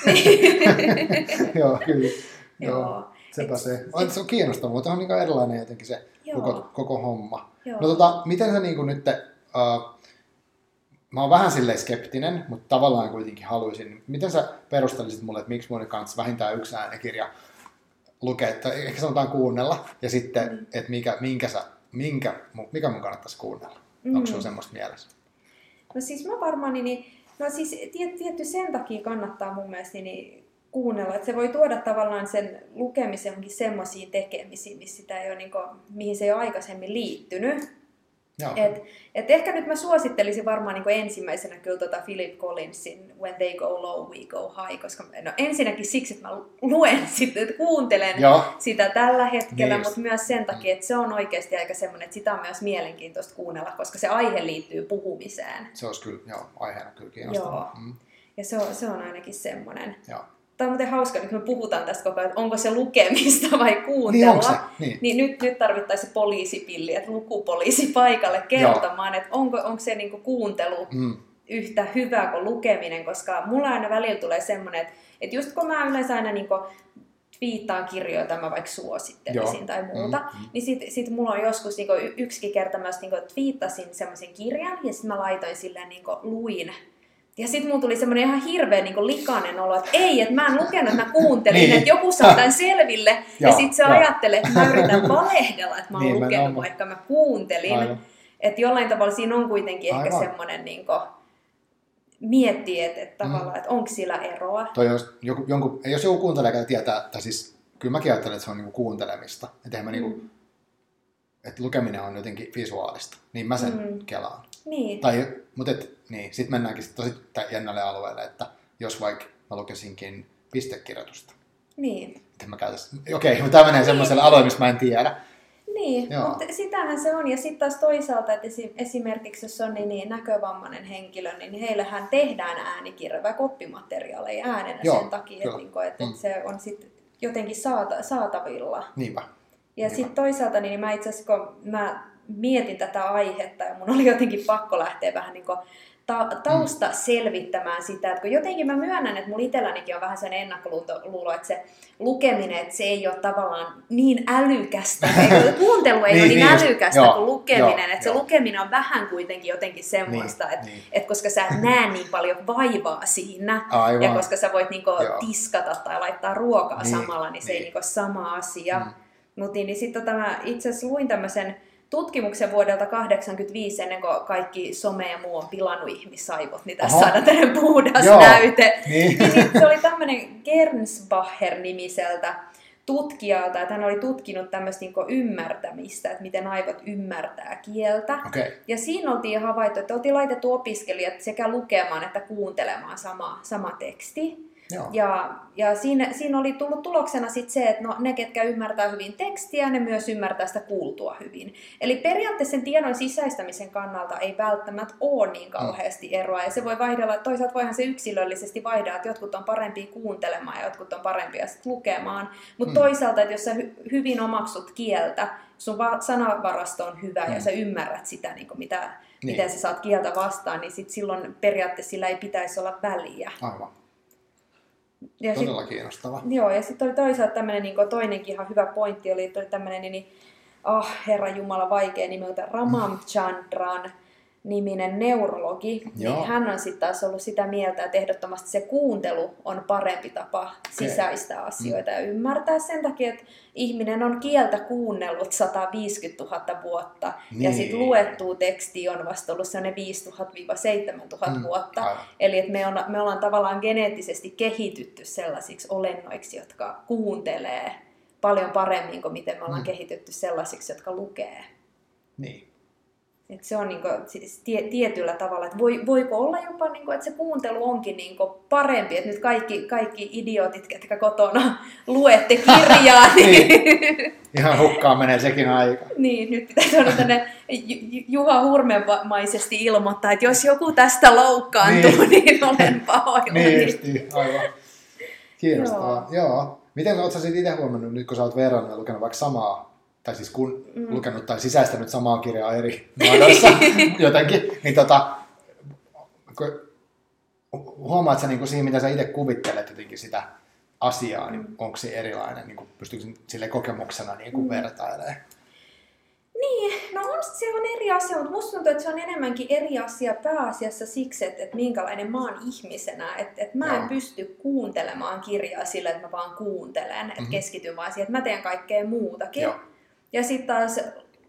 Joo, kyllä. Joo. Sepä se. Se on kiinnostavaa, mutta on niin erilainen jotenkin se koko, koko homma. Joo. No tota, miten sä niin nyt, uh, mä oon vähän silleen skeptinen, mutta tavallaan kuitenkin haluaisin, miten sä perustelisit mulle, että miksi mun kanssa vähintään yksi äänikirja lukea, tai ehkä sanotaan kuunnella, ja sitten, mm. että mikä, minkä sä, minkä, mikä mun kannattaisi kuunnella? Mm. Onko sulla semmoista mielessä? No siis mä varmaan, niin No siis tiet, tietty sen takia kannattaa mun mielestä niin kuunnella, että se voi tuoda tavallaan sen lukemisen johonkin semmoisiin tekemisiin, missä sitä ei ole, niin kuin, mihin se ei ole aikaisemmin liittynyt. Et, et ehkä nyt mä suosittelisin varmaan niin kuin ensimmäisenä kyllä tota Philip Collinsin When They Go Low, We Go High, koska no ensinnäkin siksi, että mä luen sitten, että kuuntelen Joo. sitä tällä hetkellä, niin mutta myös sen takia, että se on oikeasti aika semmoinen, että sitä on myös mielenkiintoista kuunnella, koska se aihe liittyy puhumiseen. Se olisi kyllä, joo, aiheena kyllä kiinnostavaa. Mm. Ja se on, se on ainakin semmoinen. Joo. Tämä on muuten hauska, kun me puhutaan tästä koko ajan, että onko se lukemista vai kuuntelua. Niin, niin. niin nyt, nyt tarvittaisiin poliisipilli, että lukupoliisi paikalle kertomaan, Joo. että onko, onko se niinku kuuntelu mm. yhtä hyvä kuin lukeminen, koska mulla aina välillä tulee semmoinen, että, että just kun mä yleensä aina niinku twiittaan kirjoja, tai mä vaikka suosittelisin Joo. tai muuta, mm, mm. niin sit, sit mulla on joskus niinku yksikin kerta myös niinku twiittasin semmoisen kirjan, ja sitten mä laitoin silleen niinku luin. Ja sitten mulla tuli semmoinen ihan hirveä niin likainen olo, että ei, että mä en lukenut, että mä kuuntelin, niin. että joku saa tämän selville. Ja, ja sitten se ajattelee, että mä yritän valehdella, että mä oon niin, lukenut, vaikka mä kuuntelin. Että jollain tavalla siinä on kuitenkin Aivan. ehkä semmoinen niin miettiä, että, että mm. tavallaan, että onko sillä eroa. Toi jos, joku, jonkun, jos joku kuuntelee, joka tietää, tai siis kyllä mäkin ajattelen, että se on niin kuuntelemista. Että, mm. niin että lukeminen on jotenkin visuaalista. Niin mä sen mm. kelaan. Niin. Tai, mutta et, niin, sitten mennäänkin sit tosi jännälle alueelle, että jos vaikka mä lukesinkin pistekirjoitusta. Niin. Miten mä käytäisin? Okei, mutta tämä menee semmoiselle alueelle, missä mä en tiedä. Niin, Joo. mutta sitähän se on. Ja sitten taas toisaalta, että esimerkiksi jos on niin, niin näkövammainen henkilö, niin heillähän tehdään äänikirjoja vai oppimateriaaleja äänenä Joo, sen takia, että, niin, että mm. se on sitten jotenkin saata, saatavilla. Niinpä. Ja sitten toisaalta, niin mä itse asiassa, kun mä mietin tätä aihetta ja mun oli jotenkin pakko lähteä vähän niin kuin ta- tausta mm. selvittämään sitä, että kun jotenkin mä myönnän, että mun itsellänikin on vähän sen ennakkoluulo, että se lukeminen, että se ei ole tavallaan niin älykästä, kuuntelu ei niin, ole niin, niin älykästä just, kuin joo, lukeminen, joo, että jo. se lukeminen on vähän kuitenkin jotenkin semmoista, niin, että, niin. että koska sä et näe niin paljon vaivaa siinä, Aivan. ja koska sä voit niin kuin tiskata tai laittaa ruokaa niin, samalla, niin, niin se ei niin kuin sama asia. Mm. Mutta niin, niin sitten tota, mä itse asiassa luin tämmöisen tutkimuksen vuodelta kahdeksankymmentäviisi, ennen kuin kaikki some ja muu on pilannut ihmisaivot, niin tässä saadaan tämmöinen puhdas Joo. näyte. Niin. Niin, se oli tämmöinen Gernsbacher-nimiseltä tutkijalta, että hän oli tutkinut tämmöistä niin kuin ymmärtämistä, että miten aivot ymmärtää kieltä. Okay. Ja siinä oltiin havaittu, että oltiin laitettu opiskelijat sekä lukemaan että kuuntelemaan sama, sama teksti. Joo. Ja, ja siinä, siinä oli tullut tuloksena sit se, että no, ne, ketkä ymmärtää hyvin tekstiä, ne myös ymmärtää sitä kuultua hyvin. Eli periaatteessa sen tiedon sisäistämisen kannalta ei välttämättä ole niin kauheasti eroa. Ja se voi vaihdella, toisaalta voihan se yksilöllisesti vaihdella, että jotkut on parempia kuuntelemaan ja jotkut on parempia sit lukemaan. Mutta mm. toisaalta, että jos sä hy- hyvin omaksut kieltä, sun va- sanavarasto on hyvä mm. ja sä ymmärrät sitä, niin mitä, niin. miten sä saat kieltä vastaan, niin sit silloin periaatteessa sillä ei pitäisi olla väliä. Aivan. Ja Todella sit, kiinnostava. Joo, ja sitten oli toisaalta tämmöinen, niin toinenkin ihan hyvä pointti oli, että oli tämmöinen, niin, ah, oh, herra jumala, vaikea nimeltä, Ramachandran niminen neurologi. Niin hän on sitten taas ollut sitä mieltä, että ehdottomasti se kuuntelu on parempi tapa sisäistää asioita mm. ja ymmärtää sen takia, että ihminen on kieltä kuunnellut sata viisikymmentätuhatta vuotta niin. ja sitten luettua tekstiä on vasta ollut sellainen viisituhatta seitsemäntuhatta mm. vuotta. Aivan. Eli että me, on, me ollaan tavallaan geneettisesti kehitytty sellaisiksi olennoiksi, jotka kuuntelee paljon paremmin kuin miten me ollaan mm. kehitytty sellaisiksi, jotka lukee. Niin. Että se on niinku, siis tie, tietyllä tavalla, että voi, voiko olla jopa, niinku, että se kuuntelu onkin niinku parempi, että nyt kaikki, kaikki idiootit, ketkä kotona luette kirjaa, niin... niin. Ihan hukkaan menee sekin aika. Niin, nyt pitäisi olla tänne Juha Hurmemaisesti ilmoittaa, että jos joku tästä loukkaantuu, niin, niin olen pahoillani. Niin justiin, aivan. Kiinnostavaa, joo. joo. Miten oletko sä itse huomannut, nyt kun sä oot verrannut ja lukenut vaikka samaa, tai siis kun mm. lukenut tai sisäistänyt samaa kirjaa eri muodossa jotenkin, niin tota, huomaat sä niin siinä, mitä sä itse kuvittelet jotenkin sitä asiaa, niin onko se erilainen, niin pystyykö sille kokemuksena niin mm. vertailemaan? Niin, no on, se on eri asia, mutta musta tuntuu, että se on enemmänkin eri asia pääasiassa siksi, että, että minkälainen mä oon ihmisenä. Että, että mä en Joo. pysty kuuntelemaan kirjaa sillä, että mä vaan kuuntelen, että mm-hmm. keskityn vaan siihen, että mä teen kaikkea muutakin. Joo. Ja sitten taas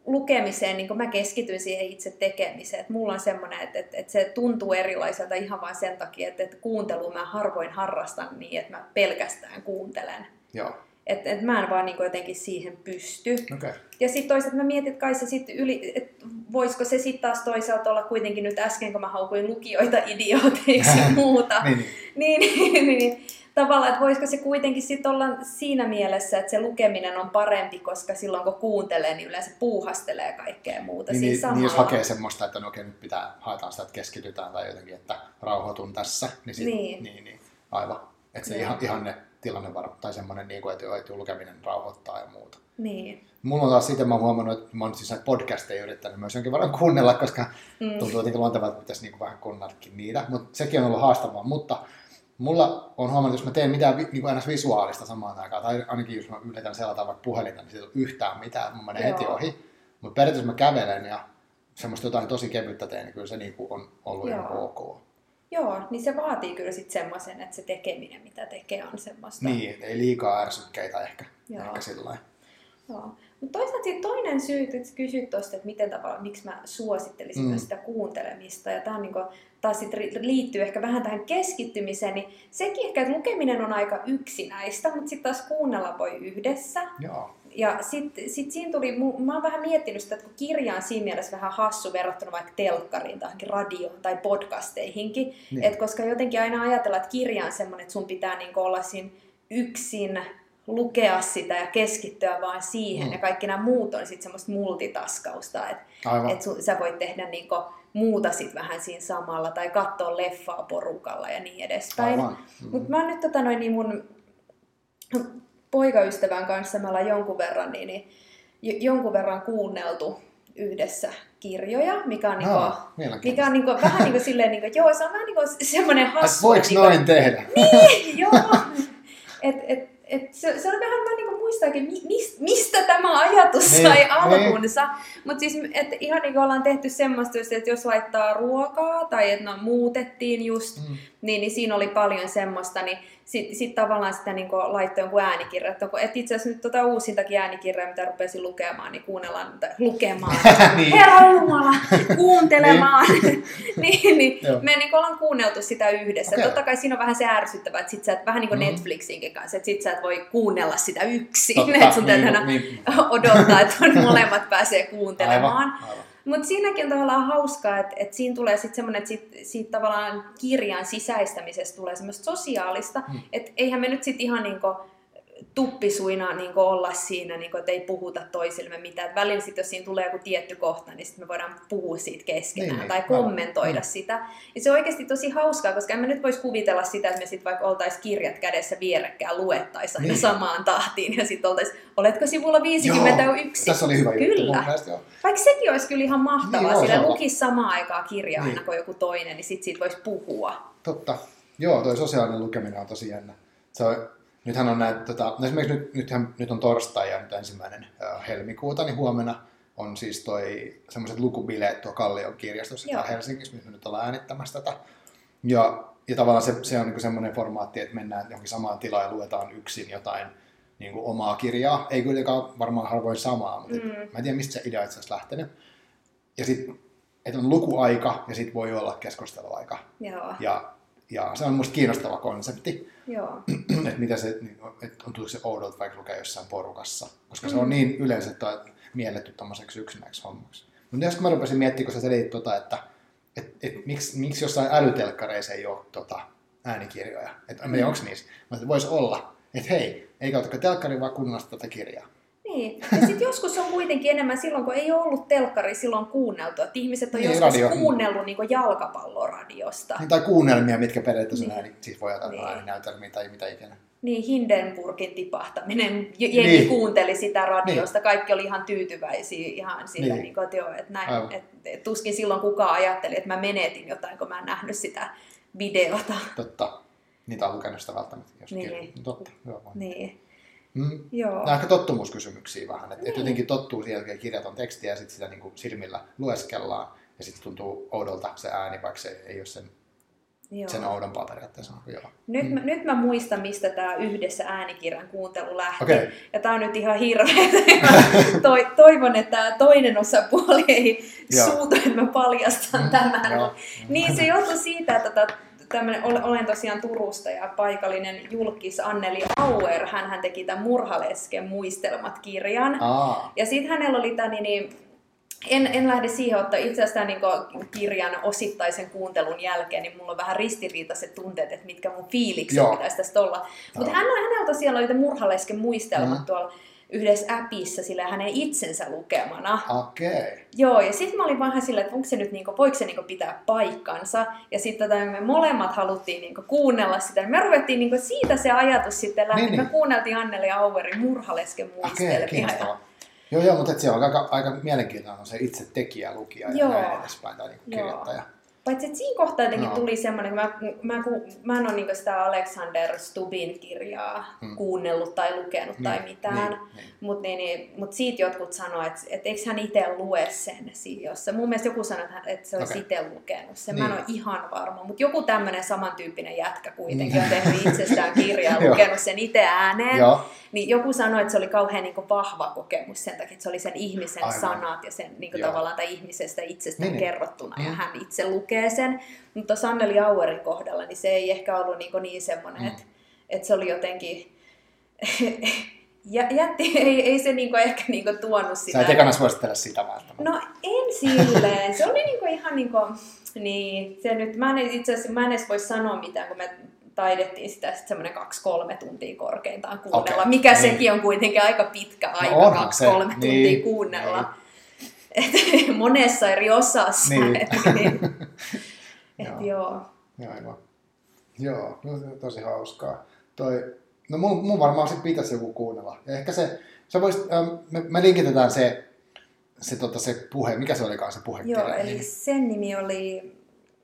lukemiseen, niin mä keskityn siihen itse tekemiseen. Et mulla on semmoinen, että, että, että se tuntuu erilaiselta ihan vain sen takia, että, että kuuntelua mä harvoin harrastan niin, että mä pelkästään kuuntelen. Joo. Että et mä en vaan niin jotenkin siihen pysty. Okay. Ja sitten toisaalta mä mietin, että kai se sit yli, että voisiko se sitten taas toisaalta olla kuitenkin nyt äsken, kun mä haukuin lukijoita idiooteiksi ja muuta. niin, niin, niin, niin, tavallaan, että voisiko se kuitenkin sitten olla siinä mielessä, että se lukeminen on parempi, koska silloin kun kuuntelee, niin yleensä puuhastelee kaikkea muuta. Niin, siinä niin, samalla. niin jos hakee semmoista, että no okei, nyt pitää, haetaan sitä, että keskitytään tai jotenkin, että rauhoitun tässä, niin, sit, niin. niin, niin aivan. Että se ihan, ihan ne tilannevaro tai semmoinen, niin kuin, että lukeminen rauhoittaa ja muuta. Niin. Mulla on taas sitten, mä oon huomannut, että mä oon siis näitä podcasteja yrittänyt myös jonkin verran kuunnella, koska mm. tuntuu jotenkin luontevaa, että pitäisi niin kuin vähän kuunnellakin niitä, mutta sekin on ollut haastavaa, mutta mulla on huomannut, että jos mä teen mitään niin kuin aina visuaalista samaan aikaan, tai ainakin jos mä yritän selata vaikka puhelinta, niin siitä ei ole yhtään mitään, mä menen heti ohi, mutta periaatteessa mä kävelen ja semmoista jotain tosi kevyttä teen, niin kyllä se niin kuin on ollut Joo. ihan ok. Joo, niin se vaatii kyllä sitten semmoisen, että se tekeminen, mitä tekee, on semmoista. Niin, ei liikaa ärsykkeitä ehkä, ehkä sillä lailla. Joo. Mutta toisaalta toinen syy, että kysyt tuosta, että miten tavalla, miksi mä suosittelisin mm. sitä kuuntelemista, ja tämä niin taas sit liittyy ehkä vähän tähän keskittymiseen, niin sekin ehkä, että lukeminen on aika yksinäistä, mutta sitten taas kuunnella voi yhdessä. Joo. Ja sitten sit siinä tuli, mä oon vähän miettinyt sitä, että kun kirja on siinä mielessä vähän hassu verrattuna vaikka telkkariin tai radioon tai podcasteihinkin, niin. Et koska jotenkin aina ajatellaan, että kirja on semmoinen, että sun pitää niinku olla siinä yksin, lukea sitä ja keskittyä vaan siihen, mm. ja kaikki nämä muut on sitten semmoista multitaskausta, että et sä voit tehdä niinku muuta sit vähän siinä samalla, tai katsoa leffaa porukalla ja niin edespäin. Mm. Mutta mä oon nyt tota noin niin mun poikaystävän kanssa, me ollaan jonkun verran, niin, niin, jonkun verran kuunneltu yhdessä kirjoja, mikä on, no, niinku, mikä on niinku, vähän niin kuin silleen, niinku, joo, se on vähän niin kuin semmoinen hassu. Voiko niinku, noin tehdä? Niin, joo. Et, et, et se, se on vähän, mä niinku muistaakin, mis, mistä tämä ajatus niin, sai alkunsa. Mutta siis et ihan niin kuin ollaan tehty semmoista, että jos laittaa ruokaa tai että no, muutettiin just, mm. niin, niin siinä oli paljon semmoista, niin sitten sit tavallaan sitä niin laittoi jonkun äänikirja. Että itse asiassa nyt tota uusintakin äänikirjaa, mitä rupesin lukemaan, niin kuunnellaan, lukemaan, niin. Herra Jumala, kuuntelemaan. niin, niin me niin ollaan kuunneltu sitä yhdessä. Okay. Totta kai siinä on vähän se ärsyttävää, että sit sä et, vähän niin kuin mm. Netflixinkin kanssa, että sit sä et voi kuunnella sitä yksin. Että sun täytyy niin, niin. odottaa, että molemmat pääsee kuuntelemaan. Aivan, aivan. Mutta siinäkin on tavallaan hauskaa, että, että siinä tulee sitten semmoinen, että siitä, siitä tavallaan kirjan sisäistämisestä tulee semmoista sosiaalista, hmm. että eihän me nyt sitten ihan niinku tuppisuina niinku olla siinä, niinku, että ei puhuta toisillemme mitään. Et välillä sitten, jos siinä tulee joku tietty kohta, niin sitten me voidaan puhua siitä keskenään niin, tai niin. kommentoida hmm. sitä. Ja se on oikeasti tosi hauskaa, koska en mä nyt voisi kuvitella sitä, että me sitten vaikka oltaisiin kirjat kädessä vierekkäin, luettaisiin aina niin. samaan tahtiin ja sitten oltaisiin, oletko sivulla viisikymmentäyksi? Joo, tässä oli hyvä kyllä. juttu. Mielestä, vaikka sekin olisi kyllä ihan mahtavaa, niin, sillä lukisi samaan aikaan kirjaa niin. aina kuin joku toinen, niin sitten siitä voisi puhua. Totta. Joo, toi sosiaalinen lukeminen on tosi jännä. Se on, nythän on näitä, tota, esimerkiksi nyt, nythän, nyt on torstai ja nyt ensimmäinen äh, helmikuuta, niin huomenna on siis toi semmoiset lukubileet tuo Kallion kirjastossa täällä Helsingissä, missä me nyt ollaan äänittämässä tätä. Ja, ja tavallaan se, se on niinku semmoinen formaatti, että mennään johonkin samaan tilaan ja luetaan yksin jotain niin kuin omaa kirjaa. Ei kuitenkaan varmaan harvoin samaa, mutta mm. mä en tiedä, mistä se idea itse asiassa lähtenyt. Ja sitten, että on lukuaika ja sitten voi olla keskusteluaika. Joo. Ja, ja se on musta kiinnostava konsepti. Joo. että mitä se, että on tullut se oudolta vaikka lukea jossain porukassa. Koska mm. se on niin yleensä mielletty tommoseksi yksinäiseksi hommaksi. Mutta jos mä rupesin miettimään, kun sä selitit tota, että et, et, miksi, miksi jossain älytelkkareissa ei ole tota, äänikirjoja. Että mm. onko niissä? Mutta voisi olla. Että hei, ei kautta telkkari, vaan kuunnella tätä kirjaa. Niin. Ja sitten joskus on kuitenkin enemmän silloin, kun ei ole ollut telkkari silloin kuunneltu. Että ihmiset on niin, joskus radio. kuunnellut niin jalkapalloradiosta. Niin, tai kuunnelmia, mitkä periaatteessa niin. ääni, siis voi ajatella niin. ääninäytelmiä tai mitä ikinä. Niin, Hindenburgin tipahtaminen. Jengi niin. kuunteli sitä radiosta. Niin. Kaikki oli ihan tyytyväisiä ihan sillä, niin. niin että, joo, että, näin, että, että tuskin silloin kukaan ajatteli, että mä menetin jotain, kun mä en nähnyt sitä videota. Totta. Niitä on lukenut sitä välttämättä. Jos niin. Totta. Joo, niin. Mm. Joo. Nämä on ehkä tottumuskysymyksiä vähän. Että niin. et jotenkin tottuu siihen, että kirjat on tekstiä ja sitten sitä niin kuin silmillä lueskellaan. Ja sitten tuntuu oudolta se ääni, vaikka se ei ole sen Joo. sen oudompaa periaatteessa. Joo. Nyt, mm. mä, nyt mä muistan, mistä tämä yhdessä äänikirjan kuuntelu lähti. Okay. Ja tämä on nyt ihan hirveä. Toi, toivon, että tämä toinen osapuoli ei suutu, että mä paljastan mm. tämän. Joo. Niin se johtui siitä, että tota, tämmönen, olen tosiaan Turusta ja paikallinen julkis Anneli Auer, hän teki tämän Murhalesken muistelmat-kirjan. Aa. Ja sitten hänellä oli tämä, niin, niin En, en lähde siihen ottaa itse asiassa niin kirjan osittaisen kuuntelun jälkeen, niin mulla on vähän ristiriitaiset tunteet, että mitkä mun fiilikset Joo. pitäisi tästä olla. Mutta hän, hänellä tosiaan oli Murhalesken muistelmat mm. tuolla yhdessä appissa, sillä hänen itsensä lukemana. Okei. Okay. Joo, ja sitten mä olin vähän silleen, että onko se nyt, niinku, voiko se niinku pitää paikkansa. Ja sitten tota, me molemmat haluttiin niinku kuunnella sitä. Me ruvettiin niinku, siitä se ajatus sitten lähti. Niin, me niin. kuunneltiin Anneli Auerin Murhalesken muistelmia. Okay, Joo, joo, mutta se on aika, aika mielenkiintoinen se itse tekijä, lukija ja joo. näin edespäin, tai niin kirjoittaja. Paitsi että siinä kohtaa jotenkin no. tuli semmoinen, mä, mä, mä en ole niin sitä Alexander Stubbin kirjaa hmm. kuunnellut tai lukenut niin, tai mitään, niin, niin. mutta niin, niin, mut siitä jotkut sanoivat, että et eikö hän itse lue sen jossa. Mun mielestä joku sanoi, että se olisi okay. itse lukenut sen, niin. Mä en ole ihan varma, mutta joku tämmöinen samantyyppinen jätkä kuitenkin on tehnyt itsestään kirjaa ja lukenut sen itse ääneen. Joo. Niin joku sanoi, että se oli kauhean niin kuin vahva kokemus sen takia, että se oli sen ihmisen Aivan. sanat ja sen niin kuin tavallaan tai ihmisestä itsestään niin, kerrottuna niin. ja hän itse lukee sen. Mutta Anneli Auerin kohdalla niin se ei ehkä ollut niin, niin semmoinen, mm. että, että se oli jotenkin, jätti, ei, ei se niin kuin ehkä niin kuin tuonut sitä. Sä et ekana suosittele sitä välttämättä. No en silleen, se oli niin kuin ihan niin kuin, niin se nyt, mä en itse asiassa, mä en edes voi sanoa mitään, kun me taidettiin sitä semmoinen kaksi kolme tuntia korkeintaan kuunnella, okay. mikä niin. sekin on kuitenkin aika pitkä aika, no kaksi kolme tuntia niin. kuunnella. Niin. Et, monessa eri osassa. Niin. Et, niin. Et, joo. joo. Joo, aivan. Joo, no, tosi hauskaa. Toi, no mun, mun varmaan sit pitäisi joku kuunnella. Ja ehkä se, sä voisit, ähm, me, me linkitetään se, se, tota, se puhe, mikä se olikaan se puhekirja? Joo, eli sen nimi oli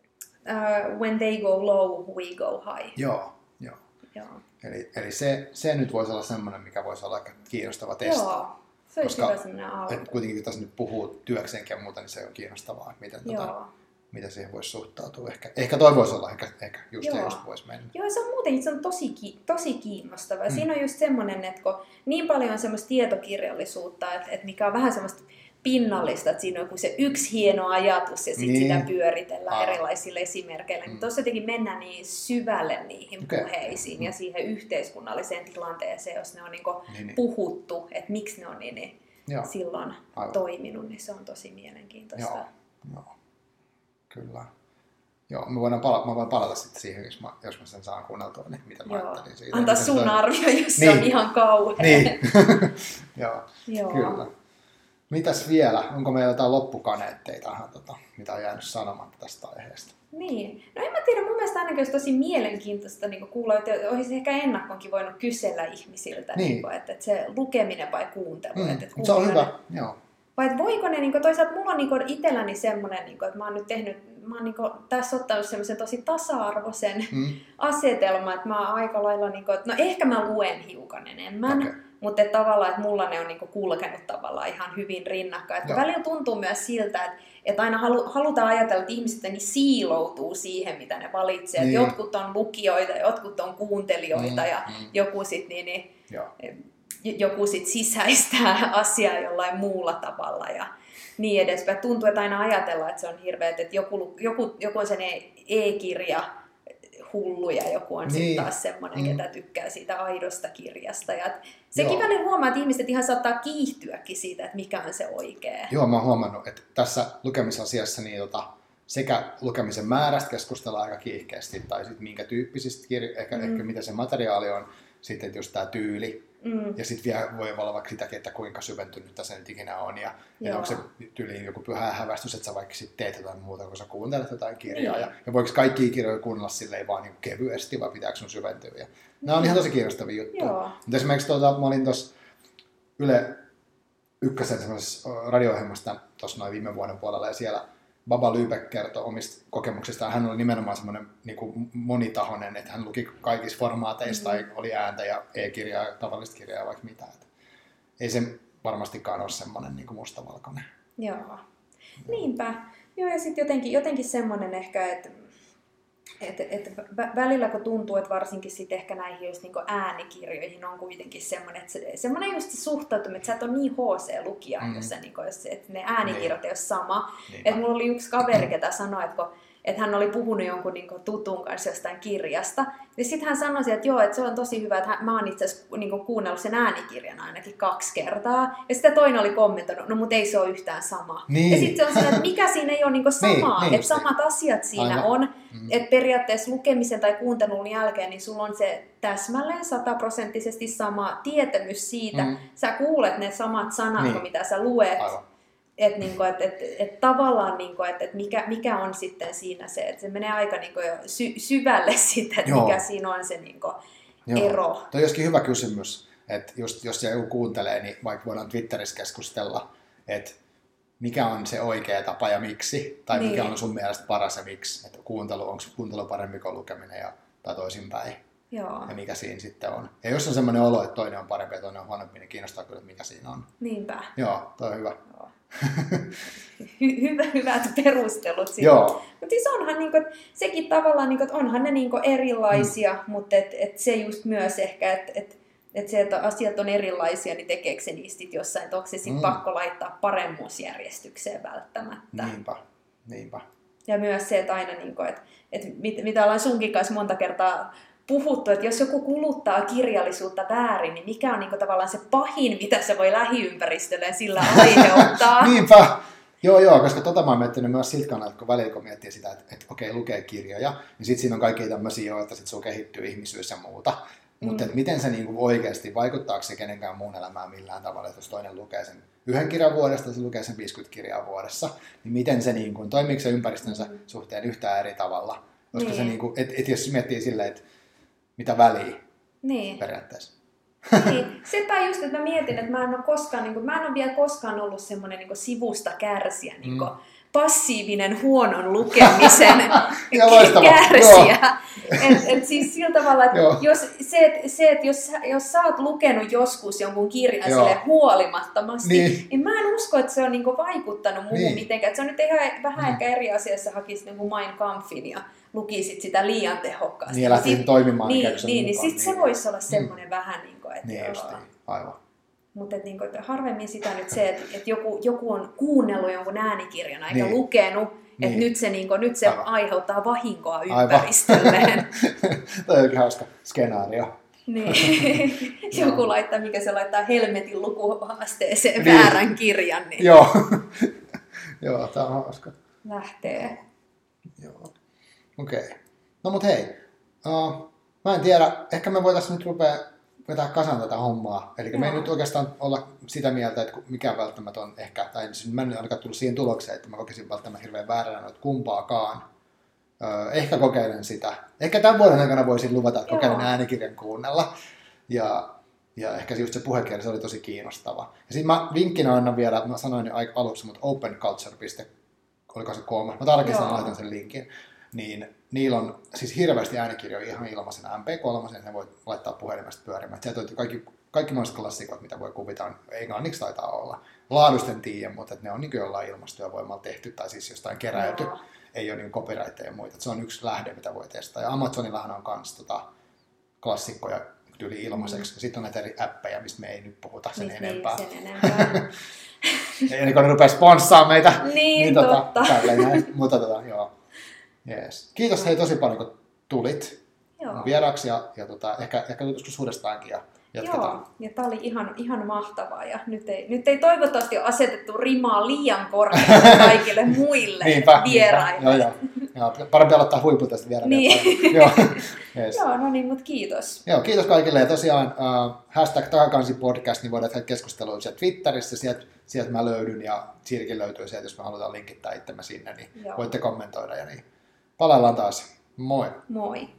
Uh, when they go low, we go high. Joo, joo. joo. Eli, eli se, se nyt voisi olla semmoinen, mikä voisi olla aika kiinnostava testaa. Joo, se olisi hyvä semmoinen alku. Koska kuitenkin tässä nyt puhuu työkseenkin ja muuta, niin se on kiinnostavaa, miten, tota, miten siihen voisi suhtautua. Ehkä, ehkä toi voisi olla, ehkä, ehkä just joo. se just voisi mennä. Joo, se on muutenkin se on tosi, tosi kiinnostavaa. Mm. Siinä on just semmoinen, että kun niin paljon on semmoista tietokirjallisuutta, että, että mikä on vähän semmoista pinnallista, että siinä on joku se yksi hieno ajatus ja sitten niin. sitä pyöritellään Aa. erilaisilla esimerkkeillä. Mm. Tuossa jotenkin mennään niin syvälle niihin okay. puheisiin mm. ja siihen yhteiskunnalliseen tilanteeseen, jos ne on niinku niin. puhuttu, että miksi ne on niin, niin silloin Aivan. toiminut, niin se on tosi mielenkiintoista. Joo, Joo. kyllä. Joo, mä voin palata, mä voin palata sitten siihen, jos mä, jos mä sen saan kuunneltua, niin mitä mä Joo. ajattelin siitä. Antaa sun toi... arvio, jos niin. se on ihan kauhea. Niin, Joo. Joo, kyllä. Mitäs vielä? Onko meillä jotain loppukaneetteita, tota, mitä on jäänyt sanomatta tästä aiheesta? Niin. No en mä tiedä, mun mielestä ainakin olisi tosi mielenkiintoista niin kuulla, että olisi ehkä ennakkoonkin voinut kysellä ihmisiltä, niin. Niin kuin, että, että se lukeminen vai kuuntelu. Mm. Että, että se on hyvä, ne, joo. Vai että voiko ne, niin kuin, toisaalta mulla on niin kuin, itselläni semmoinen, niin kuin, että mä oon nyt tehnyt, mä oon niin kuin, tässä ottanut semmoisen tosi tasa-arvoisen mm. asetelman, että mä oon aika lailla, niin kuin, että no ehkä mä luen hiukan enemmän. Okay. Mutta että tavallaan, että mulla ne on niinku kulkenut tavallaan ihan hyvin rinnakkain. Että välillä tuntuu myös siltä, että, että aina halu, halutaan ajatella, että ihmiset niin siiloutuu siihen, mitä ne valitsee. Niin. Että jotkut on lukijoita, jotkut on kuuntelijoita mm, ja mm. joku sitten niin, niin, joku sit sisäistää asiaa jollain muulla tavalla ja niin edespäin. Tuntuu, että aina ajatellaan, että se on hirveä, että joku, joku, joku on sen e-kirja, hullu ja joku on niin. sitten taas semmoinen, mm. ketä tykkää siitä aidosta kirjasta. Ja sekin välillä huomaa, että ihmiset ihan saattaa kiihtyäkin siitä, että mikä on se oikea. Joo, mä oon huomannut, että tässä lukemisasiassa niin tota, sekä lukemisen määrästä keskustellaan aika kiihkeästi, tai sitten minkä tyyppisistä kirjoista, ehkä, mm. ehkä mitä se materiaali on, sitten just tämä tyyli. Mm. Ja sitten vielä voi olla vaikka sitäkin, että kuinka syventynyt se nyt ikinä on. Ja, ja onko se tyyliin joku pyhä hävästys, että sä vaikka sit teet jotain muuta, kun sä kuuntelet jotain kirjaa. Mm. Ja, ja voiko kaikkia kirjoja kuunnella silleen vaan niin kevyesti, vai pitääkö sun syventyä? Ja mm. nämä on ihan tosi kiinnostavia juttuja. Mutta esimerkiksi tuota, mä olin tuossa Yle Ykkösen semmoisessa radio-ohjelmasta tuossa noin viime vuoden puolella, ja siellä Baba Lübeck kertoi omista kokemuksistaan. Hän oli nimenomaan semmoinen niin kuin monitahoinen, että hän luki kaikissa formaateissa, mm-hmm. tai oli ääntä ja e-kirjaa, tavallista kirjaa, vaikka mitä. Että ei se varmastikaan ole semmoinen niin kuin mustavalkoinen. Joo, niinpä. Joo, ja sitten jotenkin, jotenkin semmoinen ehkä, että Et, et välillä kun tuntuu, että varsinkin sit ehkä näihin just niinku äänikirjoihin on kuitenkin semmoinen, että se, semmoinen just se suhtautuminen, että sä et ole niin H C-lukija, mm. jos, niinku, jos että ne äänikirjat niin. ei ole sama. Että mulla oli yksi kaveri, ketä sanoi, että kun että hän oli puhunut jonkun niin kuin, tutun kanssa jostain kirjasta. Ja sitten hän sanoi, että joo, että se on tosi hyvä, että hän, mä oon itse asiassa niin kuunnellut sen äänikirjan ainakin kaksi kertaa. Ja sitten toinen oli kommentoinut, no mutta ei se ole yhtään sama. Niin. Ja sitten se on sellainen, että mikä siinä ei ole niin samaa, niin, niin, että samat asiat siinä Aivan. on. Mm. Että periaatteessa lukemisen tai kuuntelun jälkeen, niin sulla on se täsmälleen sataprosenttisesti sama tietämys siitä. Mm. Sä kuulet ne samat sanat, niin. mitä sä luet. Aivan. Että niinku, et, et, et tavallaan, niinku, että et mikä, mikä on sitten siinä se, että se menee aika niinku jo sy- syvälle sitten, että mikä siinä on se niinku ero. Tuo on joskin hyvä kysymys, että just, jos joku kuuntelee, niin vaikka voidaan Twitterissä keskustella, että mikä on se oikea tapa ja miksi, tai niin. mikä on sun mielestä paras ja miksi, että kuuntelu, onko kuuntelu parempi kuin lukeminen ja, tai toisinpäin. Joo. Ja mikä siinä sitten on. Ja jos on semmoinen olo, että toinen on parempi ja toinen on huonompi, niin kiinnostaa kyllä, että mikä siinä on. Niinpä. Joo, toi on hyvä. Joo. Hy- hyvä, hyvät perustelut siitä. Mutta siis onhan niinku, sekin tavallaan, niinku, että onhan ne niinku erilaisia, mm. mutta et, et se just myös ehkä, että et, et se, että asiat on erilaisia, niin tekeekö se niistä jossain, että onko se sitten mm. pakko laittaa paremmuusjärjestykseen välttämättä. Niinpä, niinpä. Ja myös se, että aina, niinku, että et mit, mitä ollaan sunkin kanssa monta kertaa puhuttu, että jos joku kuluttaa kirjallisuutta väärin, niin mikä on niinku tavallaan se pahin, mitä se voi lähiympäristölleen sillä aiheuttaa. Niinpä. Joo, joo, koska tota mä oon miettinyt myös siltä kannalta, kun välillä kun miettii sitä, että, että okei, lukee kirjoja, niin sitten siinä on kaikkia tämmöisiä, joita sitten sun kehittyy ihmisyys ja muuta. Mutta mm. miten se niinku oikeasti, vaikuttaako se kenenkään muun elämään millään tavalla, että jos toinen lukee sen yhden kirjan vuodesta, se lukee sen viisikymmentä kirjaa vuodessa, niin miten se, niinku, toimiiko se ympäristönsä mm. suhteen yhtään eri tavalla? Koska niin. se, niinku, että et jos miettii silleen, että mitä väliä niin. periaatteessa. Niin, sepä just, että mä mietin, että mä en ole koskaan, niin kuin, mä en ole vielä koskaan ollut semmoinen niin kuin sivusta kärsiä, niin kuin, mm. passiivinen huonon lukemisen kärsiä. Et, et siis sillä tavalla, että jos, se, et, se, et jos, jos sä oot lukenut joskus jonkun kirjan sille huolimattomasti, niin. niin mä en usko, että se on niinku vaikuttanut muuhun niin. mitenkään. Et se on nyt ihan vähän mm. ehkä eri asiassa, hakisit niinku Mein Kampfin ja lukisit sitä liian tehokkaasti. Niin, ja lähtisit toimimaan. Niin, niin, niin sitten se voisi olla semmoinen mm. vähän niin kuin, että niin, aivan. Mutta niinku, harvemmin sitä nyt se, että et joku, joku on kuunnellut jonkun äänikirjan eikä niin. lukenut, niin. että nyt se, niinku, nyt se aiheuttaa vahinkoa ympäristölleen. Tämä on hauska skenaario. Niin. Joku laittaa, mikä se laittaa helmetin lukuhaasteeseen niin. väärän kirjan. Niin Joo, Joo tämä on hauska. Lähtee. Joo, okei. Okay. No mut hei, uh, mä en tiedä, ehkä me voitaisiin nyt rupea vetää kasaan tätä hommaa. Eli me ei nyt oikeastaan olla sitä mieltä, että mikä välttämättä on ehkä, tai mä en ainakaan tullut siihen tulokseen, että mä kokisin välttämättä hirveän vääränä noita kumpaakaan. Öö, ehkä kokeilen sitä. Ehkä tämän vuoden aikana voisin luvata, että kokeilen äänikirjan kuunnella. Ja, ja ehkä just se puhekieli, se oli tosi kiinnostava. Ja sitten mä vinkkinä annan vielä, mä sanoin jo aluksi, mutta openculture piste oliko se kooma, mä tarkistan, laitan sen linkin. Niin niillä on siis hirveästi äänikirjoja ihan ilmaisena M P kolme, sen voit laittaa puhelimesta pyörimään. Sieltä on kaikki, kaikki mahdolliset klassikot, mitä voi kuvita, englanniksi taitaa olla. Laadusten tiedä, mutta ne on niin jollain ilmastyövoimalla tehty tai siis jostain keräyty. Joo. Ei ole niin copyrightteja ja muita. Se on yksi lähde, mitä voi testaa. Ja Amazonillahan on myös tota, klassikkoja yli ilmaiseksi. Mm. Sitten on näitä eri appeja, mistä me ei nyt puhuta sen niin, enempää. Sen enempää. Ennen kuin ne rupeaa sponssaamaan meitä. Niin, niin totta. Tota, näin. Mutta tota, joo. Yes. Kiitos hei tosi paljon, kun tulit Joo. vieraaksi ja, ja tota, ehkä, ehkä joskus uudestaankin ja jatketaan. Joo, ja tämä oli ihan, ihan mahtavaa ja nyt ei, nyt ei toivottavasti ole asetettu rimaa liian korkealle kaikille muille niinpä, vieraille. Niinpä. Joo, joo. joo, parempi aloittaa huipulta tästä vieraille. Niin. Joo. Yes. Joo, no niin, mutta kiitos. Joo, kiitos kaikille ja tosiaan uh, hashtag Takakansi podcast, niin voidaan tehdä keskustelua siellä Twitterissä, sieltä, sieltä mä löydyn ja Siirikin löytyy sieltä, jos me halutaan linkittää itsemme sinne, niin Joo. voitte kommentoida ja niin. Palaillaan taas. Moi! Moi!